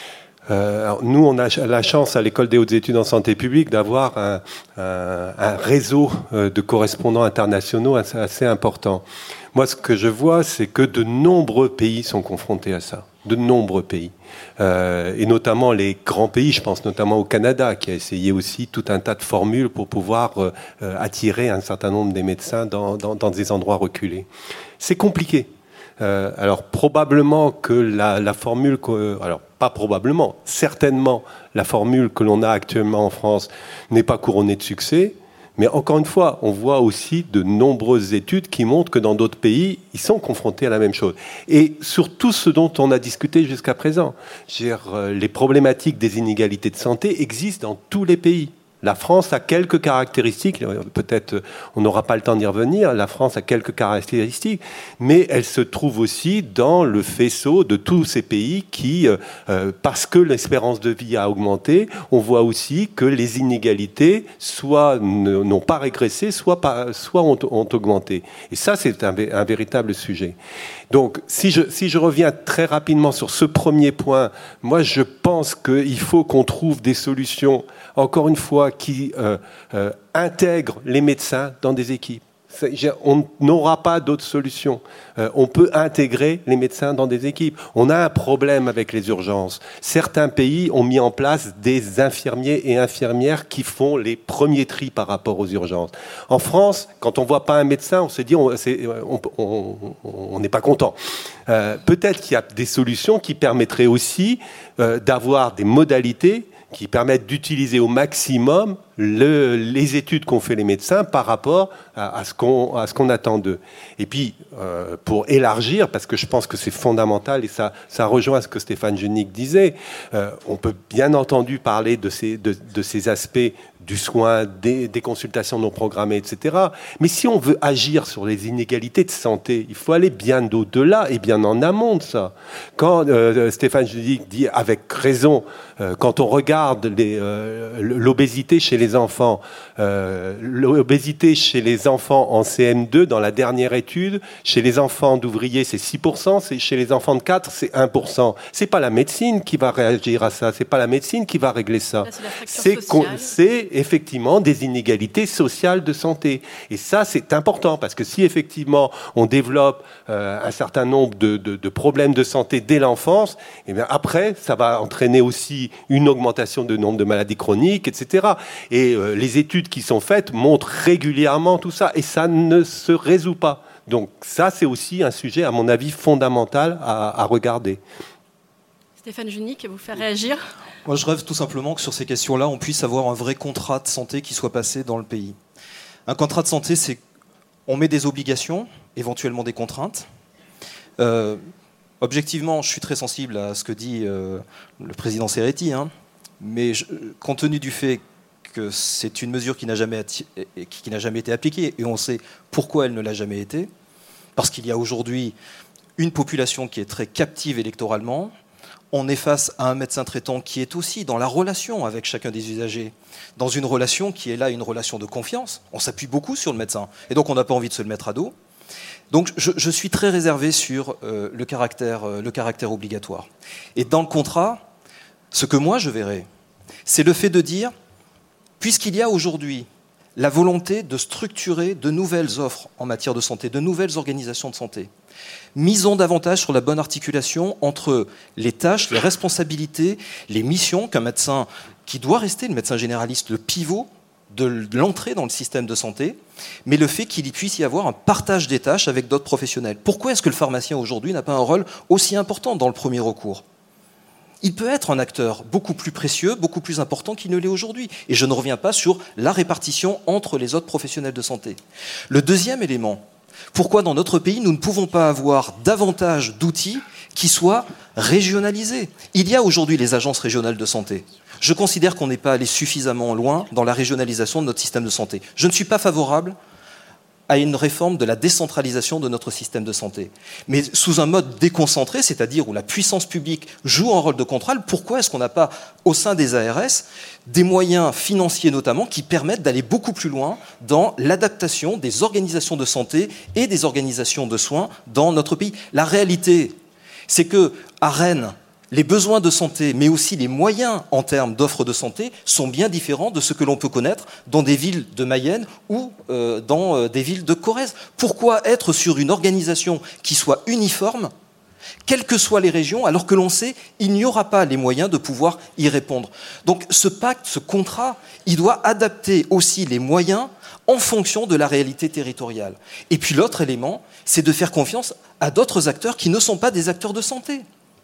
euh, nous on a la chance à l'École des hautes études en santé publique d'avoir un, un, un réseau de correspondants internationaux assez, assez important. Moi, ce que je vois, c'est que de nombreux pays sont confrontés à ça. De nombreux pays. Euh, et notamment les grands pays, je pense notamment au Canada, qui a essayé aussi tout un tas de formules pour pouvoir euh, attirer un certain nombre des médecins dans, dans, dans des endroits reculés. C'est compliqué. Euh, alors probablement que la, la formule... Que, alors pas probablement, certainement, la formule que l'on a actuellement en France n'est pas couronnée de succès. Mais encore une fois, on voit aussi de nombreuses études qui montrent que dans d'autres pays, ils sont confrontés à la même chose. Et sur tout ce dont on a discuté jusqu'à présent, je veux dire, les problématiques des inégalités de santé existent dans tous les pays. La France a quelques caractéristiques, peut-être on n'aura pas le temps d'y revenir, la France a quelques caractéristiques, mais elle se trouve aussi dans le faisceau de tous ces pays qui, euh, parce que l'espérance de vie a augmenté, on voit aussi que les inégalités soit n'ont pas régressé, soit, pas, soit ont, ont augmenté. Et ça, c'est un, un véritable sujet. Donc, si je, si je reviens très rapidement sur ce premier point, moi, je pense qu'il faut qu'on trouve des solutions, encore une fois, qui euh, euh, intègrent les médecins dans des équipes. On n'aura pas d'autre solution. Euh, on peut intégrer les médecins dans des équipes. On a un problème avec les urgences. Certains pays ont mis en place des infirmiers et infirmières qui font les premiers tris par rapport aux urgences. En France, quand on ne voit pas un médecin, on se dit on on n'est pas content. Euh, peut-être qu'il y a des solutions qui permettraient aussi euh, d'avoir des modalités qui permettent d'utiliser au maximum le, les études qu'ont fait les médecins par rapport à, à ce qu'on à ce qu'on attend d'eux. Et puis, euh, pour élargir, parce que je pense que c'est fondamental, et ça, ça rejoint ce que Stéphane Junique disait, euh, on peut bien entendu parler de ces, de, de ces aspects du soin, des, des consultations non programmées, et cetera. Mais si on veut agir sur les inégalités de santé, il faut aller bien au-delà et bien en amont de ça. Quand euh, Stéphane Junique dit avec raison, euh, quand on regarde les, euh, l'obésité chez les enfants, euh, l'obésité chez les enfants en C M deux, dans la dernière étude, chez les enfants d'ouvriers, c'est six pour cent, c'est, chez les enfants de quatre, c'est un pour cent. C'est pas la médecine qui va réagir à ça, c'est pas la médecine qui va régler ça. Là, c'est la fracture c'est, sociale. c'est effectivement des inégalités sociales de santé. Et ça, c'est important, parce que si effectivement on développe euh, un certain nombre de, de, de problèmes de santé dès l'enfance, eh bien après, ça va entraîner aussi une augmentation du nombre de maladies chroniques, et cetera. Et euh, les études qui sont faites montrent régulièrement tout ça, et ça ne se résout pas. Donc ça, c'est aussi un sujet, à mon avis, fondamental à, à regarder. Stéphane Junique, vous faire réagir ? Moi, je rêve tout simplement que sur ces questions-là, on puisse avoir un vrai contrat de santé qui soit passé dans le pays. Un contrat de santé, c'est on met des obligations, éventuellement des contraintes. Euh, objectivement, je suis très sensible à ce que dit euh, le président Serretti, hein, mais je, compte tenu du fait que c'est une mesure qui n'a jamais, atti- qui n'a jamais été appliquée, et on sait pourquoi elle ne l'a jamais été, parce qu'il y a aujourd'hui une population qui est très captive électoralement. On est face à un médecin traitant qui est aussi dans la relation avec chacun des usagers, dans une relation qui est là une relation de confiance. On s'appuie beaucoup sur le médecin, et donc on n'a pas envie de se le mettre à dos. Donc je, je suis très réservé sur euh, le, caractère, euh, le caractère obligatoire. Et dans le contrat, ce que moi je verrais, c'est le fait de dire, puisqu'il y a aujourd'hui la volonté de structurer de nouvelles offres en matière de santé, de nouvelles organisations de santé, misons davantage sur la bonne articulation entre les tâches, les responsabilités, les missions qu'un médecin, qui doit rester le médecin généraliste, le pivot de l'entrée dans le système de santé, mais le fait qu'il puisse y avoir un partage des tâches avec d'autres professionnels. Pourquoi est-ce que le pharmacien aujourd'hui n'a pas un rôle aussi important dans le premier recours ? Il peut être un acteur beaucoup plus précieux, beaucoup plus important qu'il ne l'est aujourd'hui. Et je ne reviens pas sur la répartition entre les autres professionnels de santé. Le deuxième élément, pourquoi dans notre pays nous ne pouvons pas avoir davantage d'outils qui soient régionalisés ? Il y a aujourd'hui les agences régionales de santé. Je considère qu'on n'est pas allé suffisamment loin dans la régionalisation de notre système de santé. Je ne suis pas favorable à une réforme de la décentralisation de notre système de santé. Mais sous un mode déconcentré, c'est-à-dire où la puissance publique joue un rôle de contrôle, pourquoi est-ce qu'on n'a pas, au sein des A R S, des moyens financiers notamment qui permettent d'aller beaucoup plus loin dans l'adaptation des organisations de santé et des organisations de soins dans notre pays ? La réalité, c'est qu'à Rennes, les besoins de santé, mais aussi les moyens en termes d'offres de santé, sont bien différents de ce que l'on peut connaître dans des villes de Mayenne ou euh, dans euh, des villes de Corrèze. Pourquoi être sur une organisation qui soit uniforme, quelles que soient les régions, alors que l'on sait qu'il n'y aura pas les moyens de pouvoir y répondre ? Donc ce pacte, ce contrat, il doit adapter aussi les moyens en fonction de la réalité territoriale. Et puis l'autre élément, c'est de faire confiance à d'autres acteurs qui ne sont pas des acteurs de santé.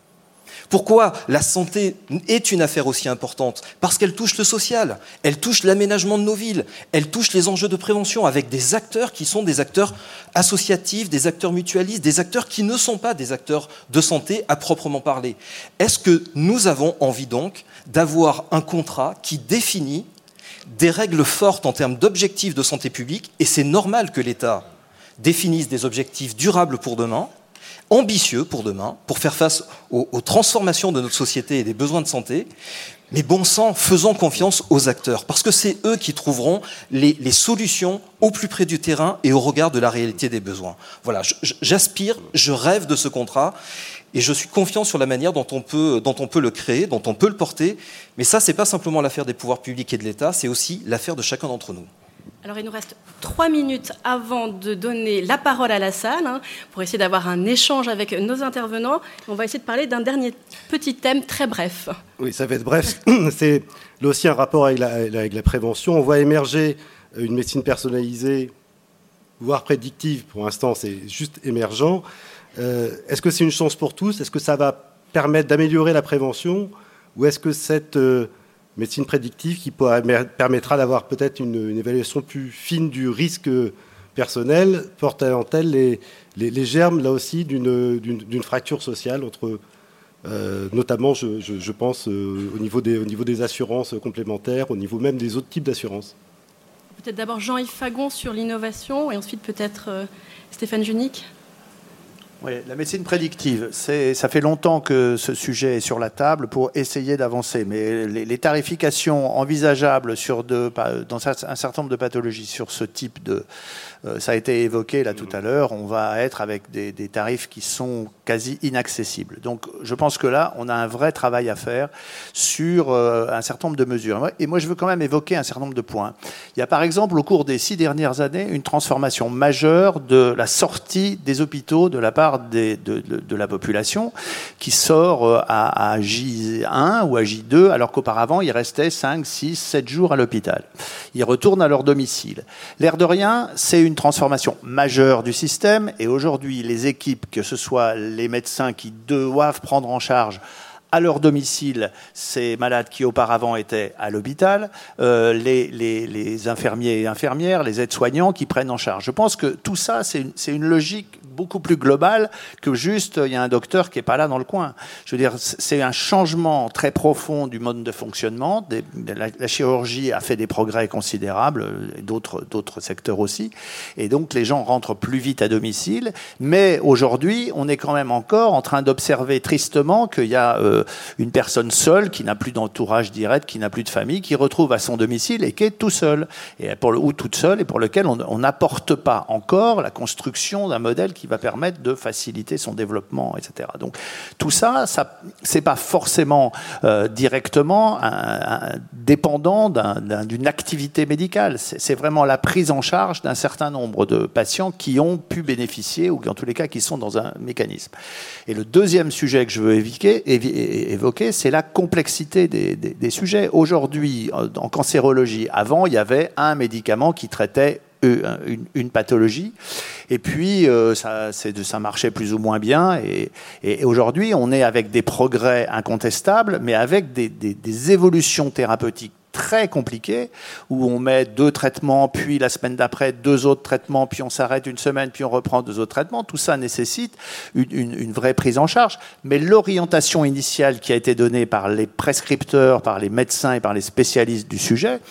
Pourquoi la santé est une affaire aussi importante ? Parce qu'elle touche le social, elle touche l'aménagement de nos villes, elle touche les enjeux de prévention avec des acteurs qui sont des acteurs associatifs, des acteurs mutualistes, des acteurs qui ne sont pas des acteurs de santé à proprement parler. Est-ce que nous avons envie donc d'avoir un contrat qui définit des règles fortes en termes d'objectifs de santé publique ? Et c'est normal que l'État définisse des objectifs durables pour demain, ambitieux pour demain, pour faire face aux, aux transformations de notre société et des besoins de santé, mais bon sang, faisons confiance aux acteurs, parce que c'est eux qui trouveront les, les solutions au plus près du terrain et au regard de la réalité des besoins. Voilà, j'aspire, je rêve de ce contrat, et je suis confiant sur la manière dont on peut, dont on peut le créer, dont on peut le porter, mais ça, c'est pas simplement l'affaire des pouvoirs publics et de l'État, c'est aussi l'affaire de chacun d'entre nous. Alors il nous reste trois minutes avant de donner la parole à la salle, hein, pour essayer d'avoir un échange avec nos intervenants. On va essayer de parler d'un dernier petit thème très bref. Oui, ça va être bref. C'est là aussi un rapport avec la, avec la prévention. On voit émerger une médecine personnalisée, voire prédictive. Pour l'instant, c'est juste émergent. Euh, est-ce que c'est une chance pour tous ? Est-ce que ça va permettre d'améliorer la prévention ? Ou est-ce que cette... Euh, médecine prédictive qui pourra, permettra d'avoir peut-être une, une évaluation plus fine du risque personnel, portant en elle les, les, les germes, là aussi, d'une, d'une, d'une fracture sociale entre... Euh, notamment, je, je, je pense, euh, au, niveau des, au niveau des assurances complémentaires, au niveau même des autres types d'assurances. Peut-être d'abord Jean-Yves Fagon sur l'innovation et ensuite peut-être euh, Stéphane Junique. Oui, la médecine prédictive, c'est, ça fait longtemps que ce sujet est sur la table pour essayer d'avancer. Mais les, les tarifications envisageables sur de, dans un certain nombre de pathologies sur ce type de... Euh, ça a été évoqué là tout à l'heure, on va être avec des, des tarifs qui sont quasi inaccessibles. Donc je pense que là, on a un vrai travail à faire sur euh, un certain nombre de mesures. Et moi, je veux quand même évoquer un certain nombre de points. Il y a par exemple, au cours des six dernières années, une transformation majeure de la sortie des hôpitaux de la part des, de, de, de la population qui sort à, à J un ou à J deux, alors qu'auparavant, ils restaient cinq, six, sept jours à l'hôpital. Ils retournent à leur domicile. L'air de rien, c'est une transformation majeure du système. Et aujourd'hui, les équipes, que ce soit les médecins qui doivent prendre en charge à leur domicile ces malades qui auparavant étaient à l'hôpital, euh, les, les, les infirmiers et infirmières, les aides-soignants qui prennent en charge. Je pense que tout ça, c'est une, c'est une logique beaucoup plus globale que juste il y a un docteur qui n'est pas là dans le coin. Je veux dire, c'est un changement très profond du mode de fonctionnement. Des, la, la chirurgie a fait des progrès considérables, et d'autres, d'autres secteurs aussi. Et donc, les gens rentrent plus vite à domicile. Mais aujourd'hui, on est quand même encore en train d'observer tristement qu'il y a euh, une personne seule qui n'a plus d'entourage direct, qui n'a plus de famille, qui retrouve à son domicile et qui est tout seul, et pour le, ou toute seule, et pour lequel on n'apporte pas encore la construction d'un modèle qui va permettre de faciliter son développement, et cetera. Donc tout ça, ça c'est pas forcément euh, directement un, un, dépendant d'un, d'un, d'une activité médicale. C'est, c'est vraiment la prise en charge d'un certain nombre de patients qui ont pu bénéficier, ou en tous les cas qui sont dans un mécanisme. Et le deuxième sujet que je veux évoquer, évoquer c'est la complexité des, des, des sujets. Aujourd'hui, en cancérologie, avant, il y avait un médicament qui traitait Une, une pathologie, et puis euh, ça, c'est, ça marchait plus ou moins bien, et, et aujourd'hui on est avec des progrès incontestables, mais avec des, des, des évolutions thérapeutiques très compliquées, où on met deux traitements, puis la semaine d'après deux autres traitements, puis on s'arrête une semaine, puis on reprend deux autres traitements. Tout ça nécessite une, une, une vraie prise en charge, mais l'orientation initiale qui a été donnée par les prescripteurs, par les médecins et par les spécialistes du sujet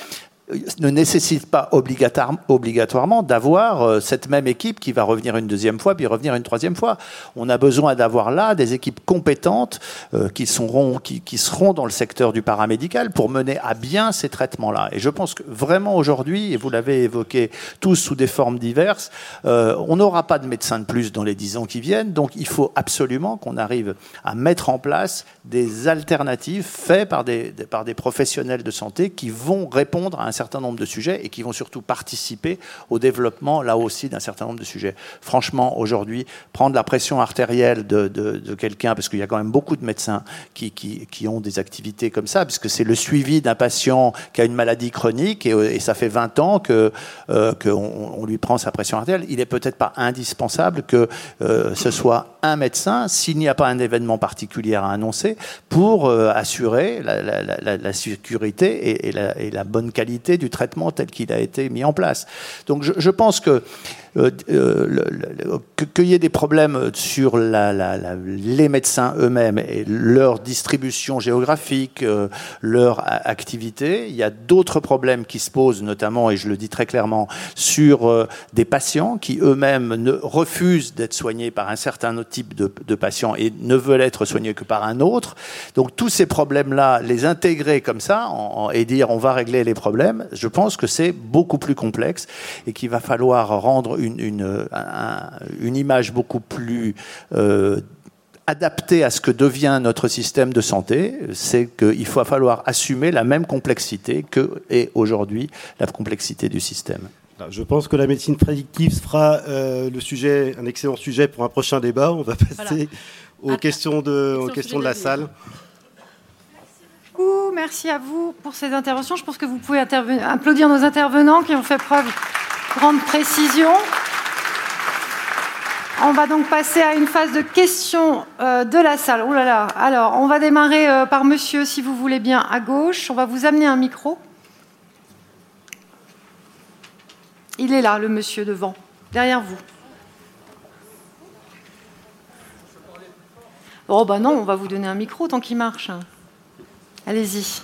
ne nécessite pas obligatoirement d'avoir euh, cette même équipe qui va revenir une deuxième fois, puis revenir une troisième fois. On a besoin d'avoir là des équipes compétentes euh, qui, seront, qui, qui seront dans le secteur du paramédical pour mener à bien ces traitements-là. Et je pense que vraiment aujourd'hui, et vous l'avez évoqué tous sous des formes diverses, euh, on n'aura pas de médecins de plus dans les dix ans qui viennent, donc il faut absolument qu'on arrive à mettre en place des alternatives faites par des, des, par des professionnels de santé qui vont répondre à un certain nombre de sujets et qui vont surtout participer au développement, là aussi, d'un certain nombre de sujets. Franchement, aujourd'hui, prendre la pression artérielle de, de, de quelqu'un, parce qu'il y a quand même beaucoup de médecins qui, qui, qui ont des activités comme ça, puisque c'est le suivi d'un patient qui a une maladie chronique, et, et ça fait vingt ans que, euh, qu'on on lui prend sa pression artérielle. Il n'est peut-être pas indispensable que euh, ce soit un médecin, s'il n'y a pas un événement particulier à annoncer, pour euh, assurer la, la, la, la sécurité et, et, la, et la bonne qualité du traitement tel qu'il a été mis en place. Donc je, je pense que euh, euh, le, le, que, qu'il y ait des problèmes sur la, la, la, les médecins eux-mêmes et leur distribution géographique, euh, leur activité. Il y a d'autres problèmes qui se posent, notamment, et je le dis très clairement, sur euh, des patients qui eux-mêmes ne refusent d'être soignés par un certain autre type de, de patients et ne veulent être soignés que par un autre. Donc tous ces problèmes-là, les intégrer comme ça en, en, et dire on va régler les problèmes, je pense que c'est beaucoup plus complexe et qu'il va falloir rendre une, une, un, une image beaucoup plus euh, adaptée à ce que devient notre système de santé. C'est qu'il va falloir assumer la même complexité que est aujourd'hui la complexité du système. Je pense que la médecine prédictive sera euh, le sujet, un excellent sujet pour un prochain débat. On va passer voilà. aux, Attends, questions de, aux questions de la salle. Merci à vous pour ces interventions. Je pense que vous pouvez interven- applaudir nos intervenants qui ont fait preuve de grande précision. On va donc passer à une phase de questions euh, de la salle. Oh là là. Alors, on va démarrer euh, par monsieur, si vous voulez bien, à gauche. On va vous amener un micro. Il est là, le monsieur devant, derrière vous. Oh bah non, on va vous donner un micro tant qu'il marche. Allez-y.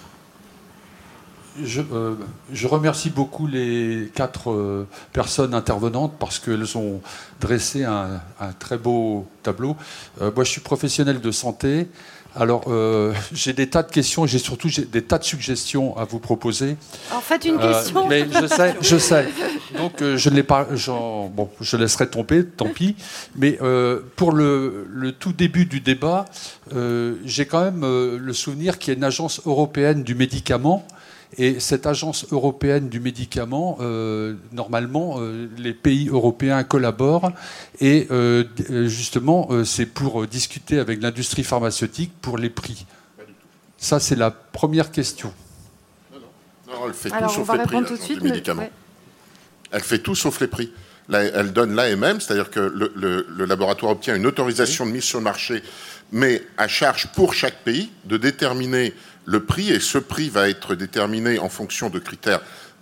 Je, euh, je remercie beaucoup les quatre euh, personnes intervenantes parce qu'elles ont dressé un, un très beau tableau. Euh, moi, je suis professionnel de santé. Alors, euh, j'ai des tas de questions et j'ai surtout j'ai des tas de suggestions à vous proposer. Alors, faites une question. Euh, mais je sais, je sais. Donc, euh, je ne l'ai pas. Genre, bon, je laisserai tomber, tant pis. Mais euh, pour le, le tout début du débat, euh, j'ai quand même euh, le souvenir qu'il y a une agence européenne du médicament. Et cette agence européenne du médicament, euh, normalement, euh, les pays européens collaborent. Et euh, justement, euh, c'est pour discuter avec l'industrie pharmaceutique pour les prix. Ça, c'est la première question. Non, non. non elle fait Alors, tout sauf les prix, tout de suite, du médicament. Ouais. Elle fait tout sauf les prix. Là, elle donne l'A M M, c'est-à-dire que le, le, le laboratoire obtient une autorisation de mise sur le marché, mais à charge pour chaque pays de déterminer le prix, et ce prix va être déterminé en fonction de critères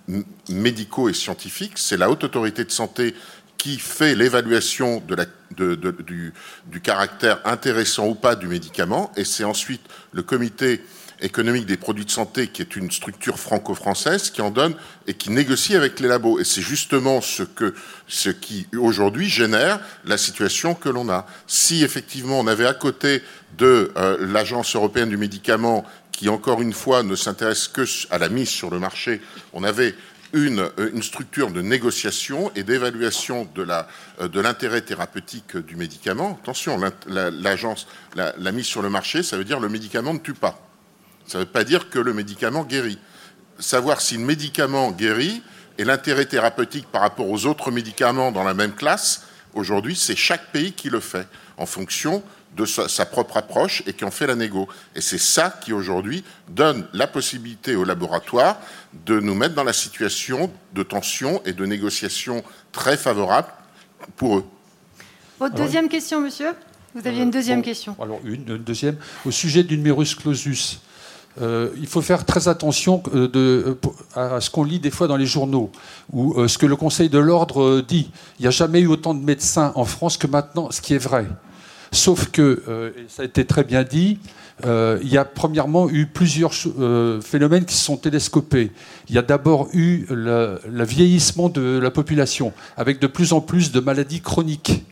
médicaux et scientifiques. C'est la Haute Autorité de Santé qui fait l'évaluation de la, de, de, du, du caractère intéressant ou pas du médicament, et c'est ensuite le Comité économique des produits de santé, qui est une structure franco-française, qui en donne et qui négocie avec les labos. Et c'est justement ce, que, ce qui, aujourd'hui, génère la situation que l'on a. Si, effectivement, on avait à côté de euh, l'Agence européenne du médicament, qui, encore une fois, ne s'intéresse que à la mise sur le marché, on avait une, une structure de négociation et d'évaluation de, la, de l'intérêt thérapeutique du médicament. Attention, l'agence, la, la mise sur le marché, ça veut dire le médicament ne tue pas. Ça ne veut pas dire que le médicament guérit. Savoir si le médicament guérit et l'intérêt thérapeutique par rapport aux autres médicaments dans la même classe, aujourd'hui, c'est chaque pays qui le fait, en fonction de sa, sa propre approche et qui en fait la négo. Et c'est ça qui, aujourd'hui, donne la possibilité aux laboratoires de nous mettre dans la situation de tension et de négociation très favorable pour eux. Votre deuxième question, monsieur ? Vous aviez une deuxième bon, question. Alors, une, une deuxième. Au sujet du numerus clausus, Euh, il faut faire très attention de, de, à ce qu'on lit des fois dans les journaux, ou euh, ce que le Conseil de l'Ordre euh, dit. Il n'y a jamais eu autant de médecins en France que maintenant, ce qui est vrai. Sauf que, euh, et ça a été très bien dit, euh, il y a premièrement eu plusieurs euh, phénomènes qui se sont télescopés. Il y a d'abord eu le, le vieillissement de la population, avec de plus en plus de maladies chroniques.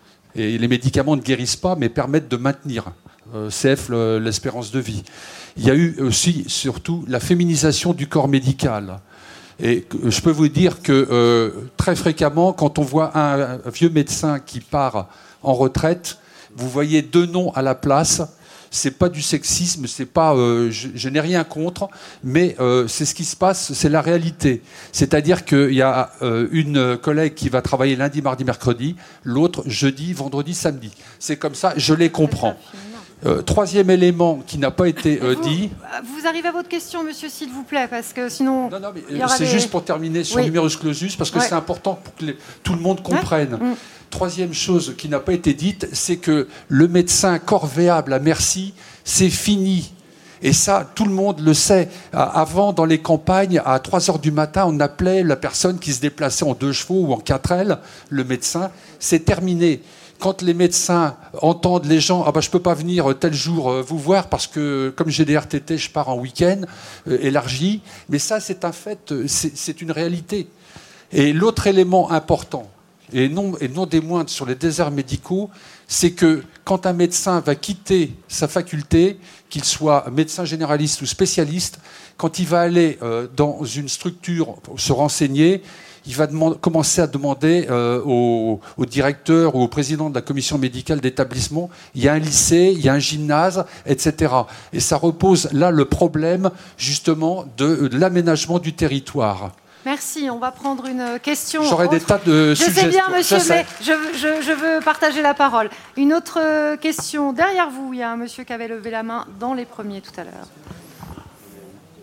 Et les médicaments ne guérissent pas, mais permettent de maintenir, euh, C F, le, l'espérance de vie. Il y a eu aussi, surtout, la féminisation du corps médical. Et je peux vous dire que euh, très fréquemment, quand on voit un, un vieux médecin qui part en retraite, vous voyez deux noms à la place. C'est pas du sexisme, c'est pas, euh, je, je n'ai rien contre, mais euh, c'est ce qui se passe, c'est la réalité. C'est-à-dire qu'il y a euh, une collègue qui va travailler lundi, mardi, mercredi, l'autre jeudi, vendredi, samedi. C'est comme ça, je les comprends. Euh, troisième élément qui n'a pas été euh, vous, dit. Vous arrivez à votre question, monsieur, s'il vous plaît, parce que sinon. Non, non, mais euh, c'est des... juste pour terminer sur oui. le numerus clausus, parce que ouais. c'est important pour que les, tout le monde comprenne. Ouais. Mmh. Troisième chose qui n'a pas été dite, c'est que le médecin corvéable à merci, c'est fini. Et ça, tout le monde le sait. Avant, dans les campagnes, à trois heures du matin, on appelait la personne qui se déplaçait en deux chevaux ou en quatre ailes, le médecin. C'est terminé. Quand les médecins entendent les gens, ah bah je peux pas venir tel jour vous voir parce que comme j'ai des R T T, je pars en week-end euh, élargi. Mais ça, c'est un fait, c'est, c'est une réalité. Et l'autre élément important, et non, et non des moindres sur les déserts médicaux, c'est que quand un médecin va quitter sa faculté, qu'il soit médecin généraliste ou spécialiste, quand il va aller euh, dans une structure pour se renseigner, il va demander, commencer à demander euh, au, au directeur ou au président de la commission médicale d'établissement, il y a un lycée, il y a un gymnase, et cetera. Et ça repose là le problème justement de, de l'aménagement du territoire. Merci, on va prendre une question. J'aurais autre. des tas de je suggestions. Je sais bien, monsieur, je mais je, je, je veux partager la parole. Une autre question. Derrière vous, il y a un monsieur qui avait levé la main dans les premiers tout à l'heure.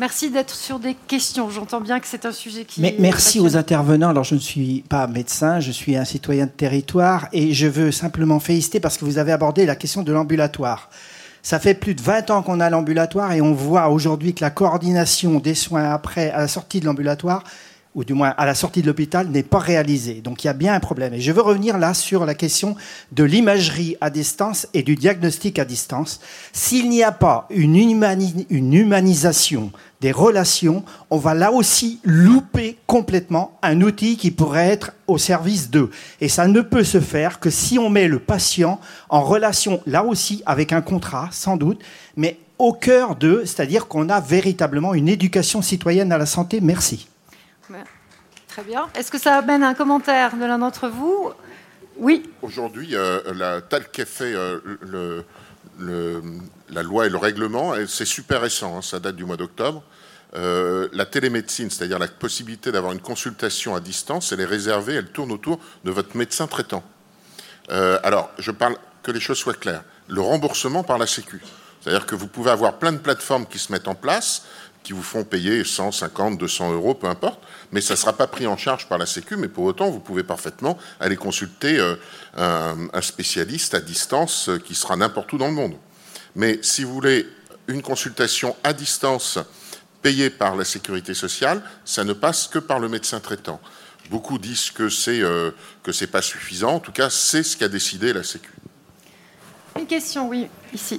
Merci d'être sur des questions. J'entends bien que c'est un sujet qui... Mais merci aux intervenants. Alors, je ne suis pas médecin, je suis un citoyen de territoire et je veux simplement féliciter parce que vous avez abordé la question de l'ambulatoire. Ça fait plus de vingt ans qu'on a l'ambulatoire et on voit aujourd'hui que la coordination des soins après, à la sortie de l'ambulatoire, ou du moins à la sortie de l'hôpital, n'est pas réalisée. Donc il y a bien un problème. Et je veux revenir là sur la question de l'imagerie à distance et du diagnostic à distance. S'il n'y a pas une, humani- une humanisation des relations, on va là aussi louper complètement un outil qui pourrait être au service d'eux. Et ça ne peut se faire que si on met le patient en relation, là aussi, avec un contrat, sans doute, mais au cœur d'eux, c'est-à-dire qu'on a véritablement une éducation citoyenne à la santé. Merci. Très bien. Est-ce que ça amène un commentaire de l'un d'entre vous ? Oui. Aujourd'hui, euh, la, tel qu'est fait euh, le, le, la loi et le règlement, c'est super récent, hein, ça date du mois d'octobre. Euh, la télémédecine, c'est-à-dire la possibilité d'avoir une consultation à distance, elle est réservée, elle tourne autour de votre médecin traitant. Euh, alors, je parle que les choses soient claires. Le remboursement par la Sécu. C'est-à-dire que vous pouvez avoir plein de plateformes qui se mettent en place, qui vous font payer cent cinquante, deux cents euros, peu importe, mais ça ne sera pas pris en charge par la Sécu, mais pour autant, vous pouvez parfaitement aller consulter euh, un, un spécialiste à distance euh, qui sera n'importe où dans le monde. Mais si vous voulez une consultation à distance payée par la Sécurité sociale, ça ne passe que par le médecin traitant. Beaucoup disent que c'est euh, que c'est pas suffisant, en tout cas, c'est ce qu'a décidé la Sécu. Une question, oui, ici.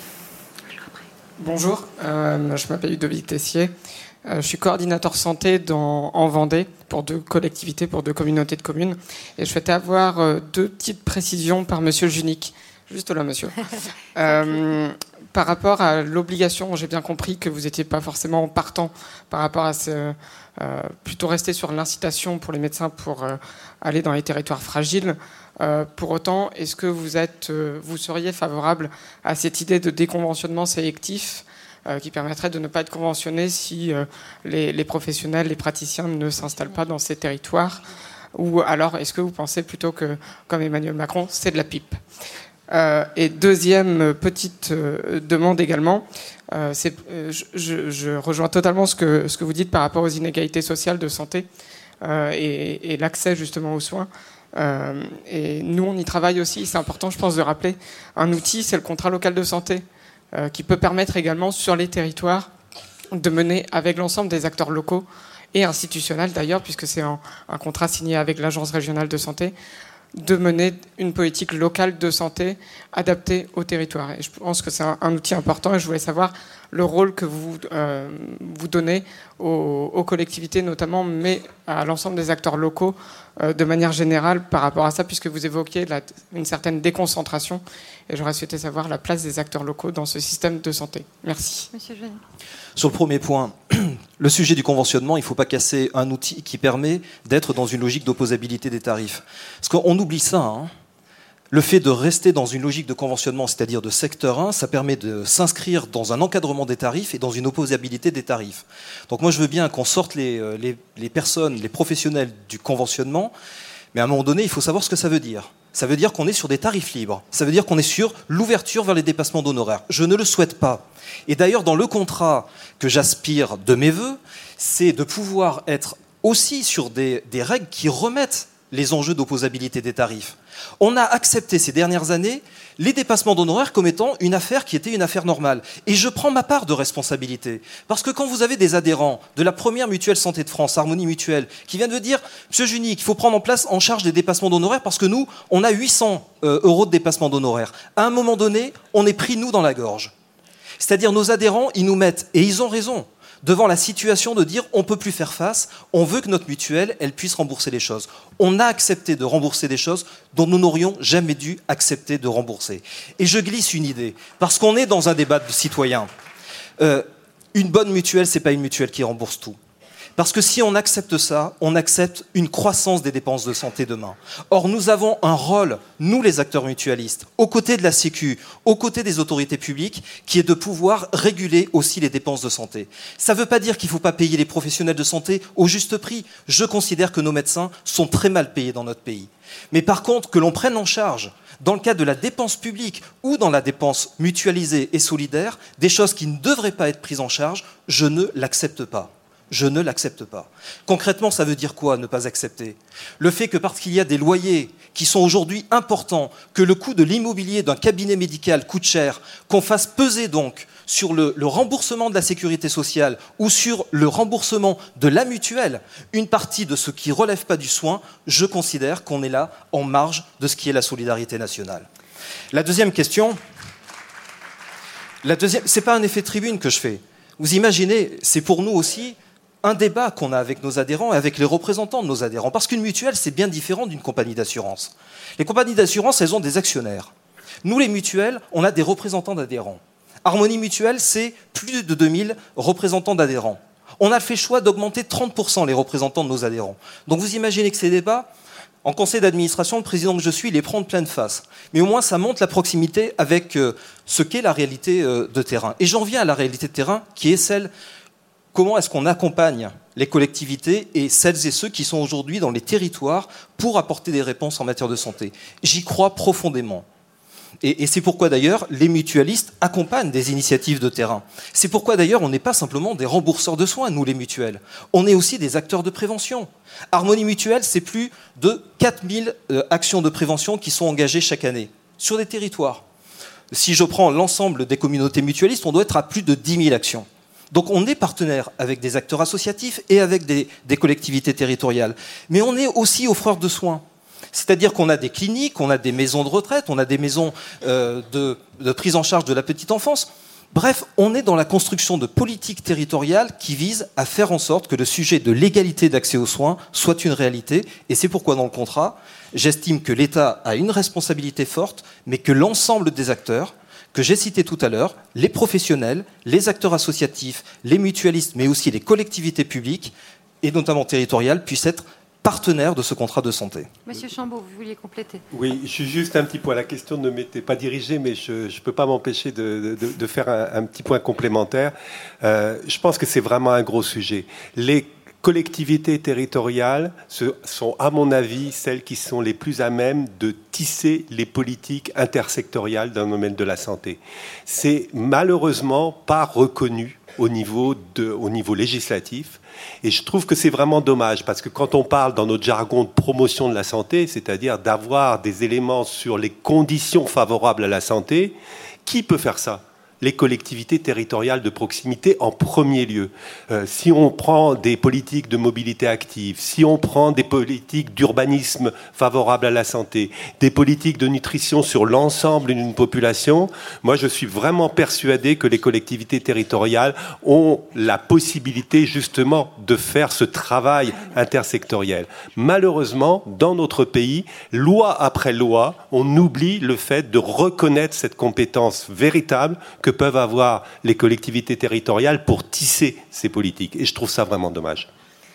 Bonjour, euh, je m'appelle Ludovic Tessier. Euh, je suis coordinateur santé dans, en Vendée pour deux collectivités, pour deux communautés de communes. Et je souhaitais avoir euh, deux petites précisions par Monsieur Junique. Juste là, monsieur. Euh, par rapport à l'obligation, j'ai bien compris que vous n'étiez pas forcément partant par rapport à ce... Euh, plutôt rester sur l'incitation pour les médecins pour euh, aller dans les territoires fragiles. Euh, pour autant, est-ce que vous, êtes, euh, vous seriez favorable à cette idée de déconventionnement sélectif euh, qui permettrait de ne pas être conventionné si euh, les, les professionnels, les praticiens ne s'installent pas dans ces territoires? Ou alors, est-ce que vous pensez plutôt que, comme Emmanuel Macron, c'est de la pipe? Euh, et deuxième petite euh, demande également, euh, c'est, euh, je, je rejoins totalement ce que, ce que vous dites par rapport aux inégalités sociales de santé euh, et, et l'accès justement aux soins. Euh, et nous, on y travaille aussi, c'est important, je pense, de rappeler un outil, c'est le contrat local de santé, euh, qui peut permettre également sur les territoires de mener avec l'ensemble des acteurs locaux et institutionnels d'ailleurs, puisque c'est un, un contrat signé avec l'Agence régionale de santé, de mener une politique locale de santé adaptée au territoire. Et je pense que c'est un, un outil important et je voulais savoir le rôle que vous, euh, vous donnez aux, aux collectivités notamment, mais à l'ensemble des acteurs locaux euh, de manière générale par rapport à ça, puisque vous évoquiez la, une certaine déconcentration et j'aurais souhaité savoir la place des acteurs locaux dans ce système de santé. Merci. Monsieur Jeanne. Sur le premier point, le sujet du conventionnement, il ne faut pas casser un outil qui permet d'être dans une logique d'opposabilité des tarifs. Parce qu'on oublie ça, hein. Le fait de rester dans une logique de conventionnement, c'est-à-dire de secteur un, ça permet de s'inscrire dans un encadrement des tarifs et dans une opposabilité des tarifs. Donc moi, je veux bien qu'on sorte les, les, les personnes, les professionnels du conventionnement, mais à un moment donné, il faut savoir ce que ça veut dire. Ça veut dire qu'on est sur des tarifs libres. Ça veut dire qu'on est sur l'ouverture vers les dépassements d'honoraires. Je ne le souhaite pas. Et d'ailleurs, dans le contrat que j'aspire de mes voeux, c'est de pouvoir être aussi sur des, des règles qui remettent les enjeux d'opposabilité des tarifs. On a accepté ces dernières années les dépassements d'honoraires comme étant une affaire qui était une affaire normale. Et je prends ma part de responsabilité. Parce que quand vous avez des adhérents de la première mutuelle santé de France, Harmonie Mutuelle, qui viennent de dire « Monsieur Junique, il faut prendre en place en charge des dépassements d'honoraires parce que nous, on a huit cents euros de dépassement d'honoraires. » À un moment donné, on est pris, nous, dans la gorge. C'est-à-dire nos adhérents, ils nous mettent, et ils ont raison, devant la situation de dire on ne peut plus faire face, on veut que notre mutuelle elle puisse rembourser les choses. On a accepté de rembourser des choses dont nous n'aurions jamais dû accepter de rembourser. Et je glisse une idée, parce qu'on est dans un débat de citoyens. Euh, une bonne mutuelle, ce n'est pas une mutuelle qui rembourse tout. Parce que si on accepte ça, on accepte une croissance des dépenses de santé demain. Or, nous avons un rôle, nous les acteurs mutualistes, aux côtés de la Sécu, aux côtés des autorités publiques, qui est de pouvoir réguler aussi les dépenses de santé. Ça ne veut pas dire qu'il ne faut pas payer les professionnels de santé au juste prix. Je considère que nos médecins sont très mal payés dans notre pays. Mais par contre, que l'on prenne en charge, dans le cadre de la dépense publique ou dans la dépense mutualisée et solidaire, des choses qui ne devraient pas être prises en charge, je ne l'accepte pas. Je ne l'accepte pas. Concrètement, ça veut dire quoi, ne pas accepter ? Le fait que parce qu'il y a des loyers qui sont aujourd'hui importants, que le coût de l'immobilier d'un cabinet médical coûte cher, qu'on fasse peser donc sur le, le remboursement de la sécurité sociale ou sur le remboursement de la mutuelle une partie de ce qui ne relève pas du soin, je considère qu'on est là en marge de ce qui est la solidarité nationale. La deuxième question, la deuxième, c'est pas un effet tribune que je fais. Vous imaginez, c'est pour nous aussi un débat qu'on a avec nos adhérents et avec les représentants de nos adhérents. Parce qu'une mutuelle, c'est bien différent d'une compagnie d'assurance. Les compagnies d'assurance, elles ont des actionnaires. Nous, les mutuelles, on a des représentants d'adhérents. Harmonie Mutuelle, c'est plus de deux mille représentants d'adhérents. On a fait le choix d'augmenter trente pour cent les représentants de nos adhérents. Donc vous imaginez que ces débats, en conseil d'administration, le président que je suis, il les prend de pleine face. Mais au moins, ça montre la proximité avec euh, ce qu'est la réalité euh, de terrain. Et j'en viens à la réalité de terrain, qui est celle... Comment est-ce qu'on accompagne les collectivités et celles et ceux qui sont aujourd'hui dans les territoires pour apporter des réponses en matière de santé ? J'y crois profondément. Et, et c'est pourquoi d'ailleurs les mutualistes accompagnent des initiatives de terrain. C'est pourquoi d'ailleurs on n'est pas simplement des rembourseurs de soins, nous les mutuelles. On est aussi des acteurs de prévention. Harmonie Mutuelle, c'est plus de quatre mille euh, actions de prévention qui sont engagées chaque année sur des territoires. Si je prends l'ensemble des communautés mutualistes, on doit être à plus de dix mille actions. Donc on est partenaire avec des acteurs associatifs et avec des, des collectivités territoriales. Mais on est aussi offreur de soins. C'est-à-dire qu'on a des cliniques, on a des maisons de retraite, on a des maisons euh, de, de prise en charge de la petite enfance. Bref, on est dans la construction de politiques territoriales qui visent à faire en sorte que le sujet de l'égalité d'accès aux soins soit une réalité. Et c'est pourquoi dans le contrat, j'estime que l'État a une responsabilité forte, mais que l'ensemble des acteurs que j'ai cités tout à l'heure, les professionnels, les acteurs associatifs, les mutualistes, mais aussi les collectivités publiques, et notamment territoriales, puissent être partenaires de ce contrat de santé. Monsieur Chambaud, vous vouliez compléter ? Oui, je suis juste un petit point. La question ne m'était pas dirigée, mais je ne peux pas m'empêcher de, de, de faire un, un petit point complémentaire. Euh, je pense que c'est vraiment un gros sujet. Les collectivités territoriales sont, à mon avis, celles qui sont les plus à même de tisser les politiques intersectoriales dans le domaine de la santé. C'est malheureusement pas reconnu au niveau, de, au niveau législatif. Et je trouve que c'est vraiment dommage, parce que quand on parle dans notre jargon de promotion de la santé, c'est-à-dire d'avoir des éléments sur les conditions favorables à la santé, qui peut faire ça ? Les collectivités territoriales de proximité en premier lieu. Euh, si on prend des politiques de mobilité active, si on prend des politiques d'urbanisme favorables à la santé, des politiques de nutrition sur l'ensemble d'une population, moi je suis vraiment persuadé que les collectivités territoriales ont la possibilité justement de faire ce travail intersectoriel. Malheureusement, dans notre pays, loi après loi, on oublie le fait de reconnaître cette compétence véritable que peuvent avoir les collectivités territoriales pour tisser ces politiques. Et je trouve ça vraiment dommage.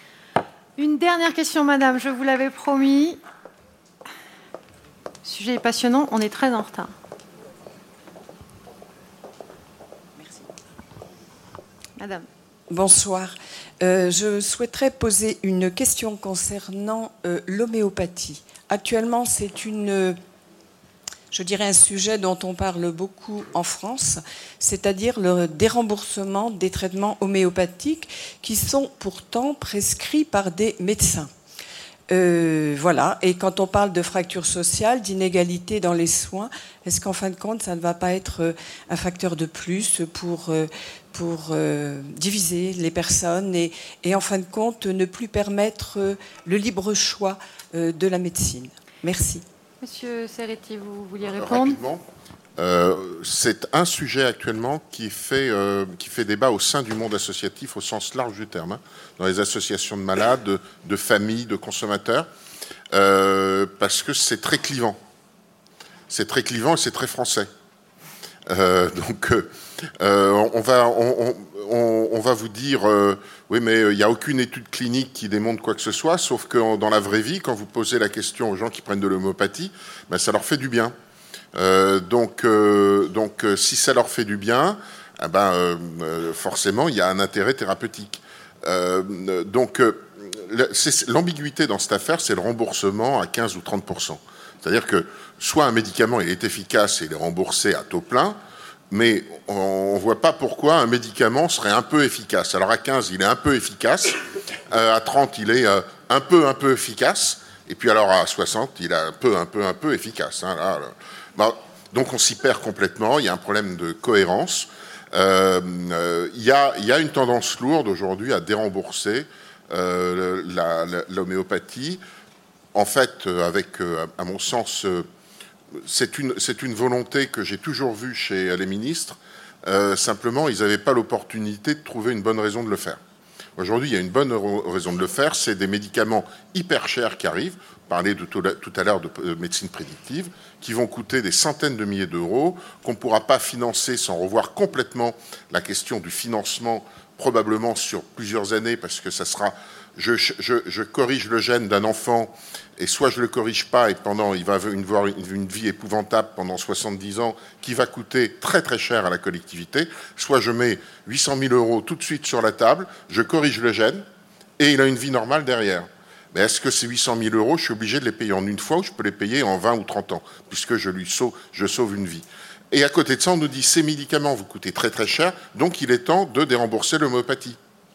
Une dernière question, madame, je vous l'avais promis. Le sujet est passionnant, on est très en retard. Merci. Madame. Bonsoir. Euh, je souhaiterais poser une question concernant euh, l'homéopathie. Actuellement, c'est une... je dirais un sujet dont on parle beaucoup en France, c'est-à-dire le déremboursement des traitements homéopathiques qui sont pourtant prescrits par des médecins. Euh, voilà. Et quand on parle de fracture sociale, d'inégalité dans les soins, est-ce qu'en fin de compte, ça ne va pas être un facteur de plus pour, pour euh, diviser les personnes et, et en fin de compte ne plus permettre le libre choix euh, de la médecine? Merci. Monsieur Serretti, vous vouliez répondre ? Rapidement. Euh, c'est un sujet actuellement qui fait, euh, qui fait débat au sein du monde associatif au sens large du terme, hein, dans les associations de malades, de, de familles, de consommateurs, euh, parce que c'est très clivant. C'est très clivant et c'est très français. Euh, donc, euh, on, va, on, on, on va vous dire, euh, oui, mais il n'y a aucune étude clinique qui démontre quoi que ce soit, sauf que dans la vraie vie, quand vous posez la question aux gens qui prennent de l'homéopathie, ben, ça leur fait du bien. Euh, donc, euh, donc euh, si ça leur fait du bien, eh ben, euh, forcément, il y a un intérêt thérapeutique. Euh, donc, euh, l'ambiguïté dans cette affaire, c'est le remboursement à quinze ou trente pour cent. C'est-à-dire que soit un médicament il est efficace et il est remboursé à taux plein, mais on ne voit pas pourquoi un médicament serait un peu efficace. Alors à quinze, il est un peu efficace, euh, à trente, il est euh, un peu, un peu efficace, et puis alors à soixante, il est un peu, un peu, un peu efficace. Hein, là, là. Bah, donc on s'y perd complètement, il y a un problème de cohérence. Euh, euh, il y a, il y a une tendance lourde aujourd'hui à dérembourser euh, la, la, l'homéopathie. En fait, avec, euh, à mon sens, euh, c'est une, c'est une volonté que j'ai toujours vue chez les ministres. Euh, simplement, ils n'avaient pas l'opportunité de trouver une bonne raison de le faire. Aujourd'hui, il y a une bonne raison de le faire. C'est des médicaments hyper chers qui arrivent. On parlait de tout, tout à l'heure de médecine prédictive, qui vont coûter des centaines de milliers d'euros, qu'on ne pourra pas financer sans revoir complètement la question du financement, probablement sur plusieurs années, parce que ça sera... Je, je, je corrige le gène d'un enfant, et soit je ne le corrige pas, et pendant, il va avoir une, une vie épouvantable pendant soixante-dix ans, qui va coûter très très cher à la collectivité, soit je mets huit cent mille euros tout de suite sur la table, je corrige le gène, et il a une vie normale derrière. Mais est-ce que ces huit cent mille euros, je suis obligé de les payer en une fois, ou je peux les payer en vingt ou trente ans, puisque je lui sauve, je sauve une vie? Et à côté de ça, on nous dit, ces médicaments vous coûtent très très cher, donc il est temps de dérembourser l'homéopathie.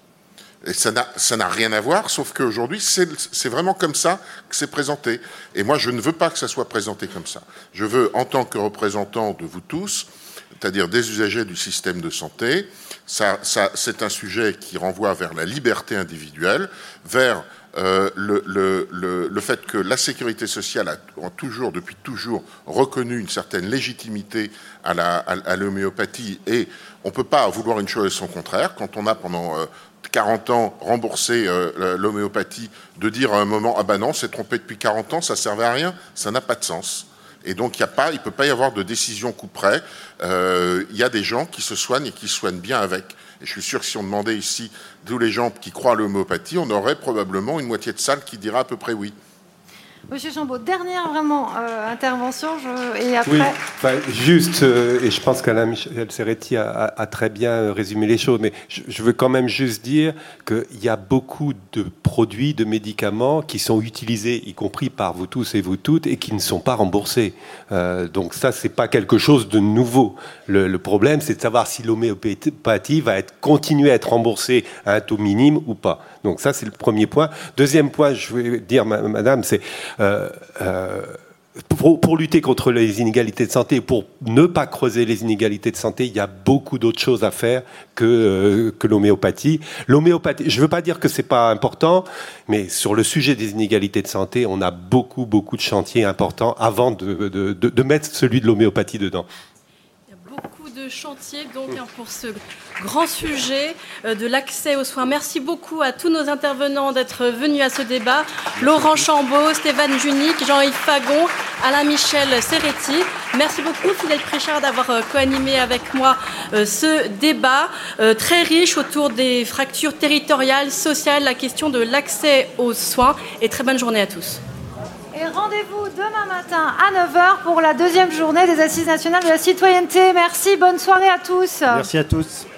Et ça n'a, ça n'a rien à voir, sauf qu'aujourd'hui, c'est, c'est vraiment comme ça que c'est présenté. Et moi, je ne veux pas que ça soit présenté comme ça. Je veux, en tant que représentant de vous tous, c'est-à-dire des usagers du système de santé, ça, ça, c'est un sujet qui renvoie vers la liberté individuelle, vers euh, le, le, le, le fait que la sécurité sociale a, a toujours, depuis toujours, reconnu une certaine légitimité à, la, à, à l'homéopathie, et on ne peut pas vouloir une chose et son contraire. Quand on a pendant... Euh, quarante ans remboursé euh, l'homéopathie, de dire à un moment, ah ben non, c'est trompé depuis quarante ans, ça servait à rien, ça n'a pas de sens. Et donc, il ne peut pas y avoir de décision coup près. Euh, il y a des gens qui se soignent et qui se soignent bien avec. Et je suis sûr que si on demandait ici tous les gens qui croient à l'homéopathie, on aurait probablement une moitié de salle qui dira à peu près oui. Monsieur Chambaud, dernière vraiment euh, intervention, je... et après... Oui, enfin, juste, euh, et je pense qu'Alain Michel Serretti a, a, a très bien résumé les choses, mais je, je veux quand même juste dire qu'il y a beaucoup de produits, de médicaments qui sont utilisés, y compris par vous tous et vous toutes, et qui ne sont pas remboursés. Euh, donc ça, c'est pas quelque chose de nouveau. Le, le problème, c'est de savoir si l'homéopathie va être, continuer à être remboursée à un taux minime ou pas. Donc ça, c'est le premier point. Deuxième point, je veux dire, madame, c'est... Euh, euh, pour, pour lutter contre les inégalités de santé, pour ne pas creuser les inégalités de santé, il y a beaucoup d'autres choses à faire que, euh, que l'homéopathie. L'homéopathie, je ne veux pas dire que ce n'est pas important, mais sur le sujet des inégalités de santé, on a beaucoup, beaucoup de chantiers importants avant de, de, de, de mettre celui de l'homéopathie dedans. De chantier donc hein, pour ce grand sujet euh, de l'accès aux soins. Merci beaucoup à tous nos intervenants d'être venus à ce débat. Laurent Chambaud, Stéphane Junique, Jean-Yves Fagon, Alain Michel Serretti. Merci beaucoup Philippe Richard d'avoir euh, co-animé avec moi euh, ce débat euh, très riche autour des fractures territoriales, sociales, la question de l'accès aux soins, et très bonne journée à tous. Et rendez-vous demain matin à neuf heures pour la deuxième journée des Assises nationales de la citoyenneté. Merci, bonne soirée à tous. Merci à tous.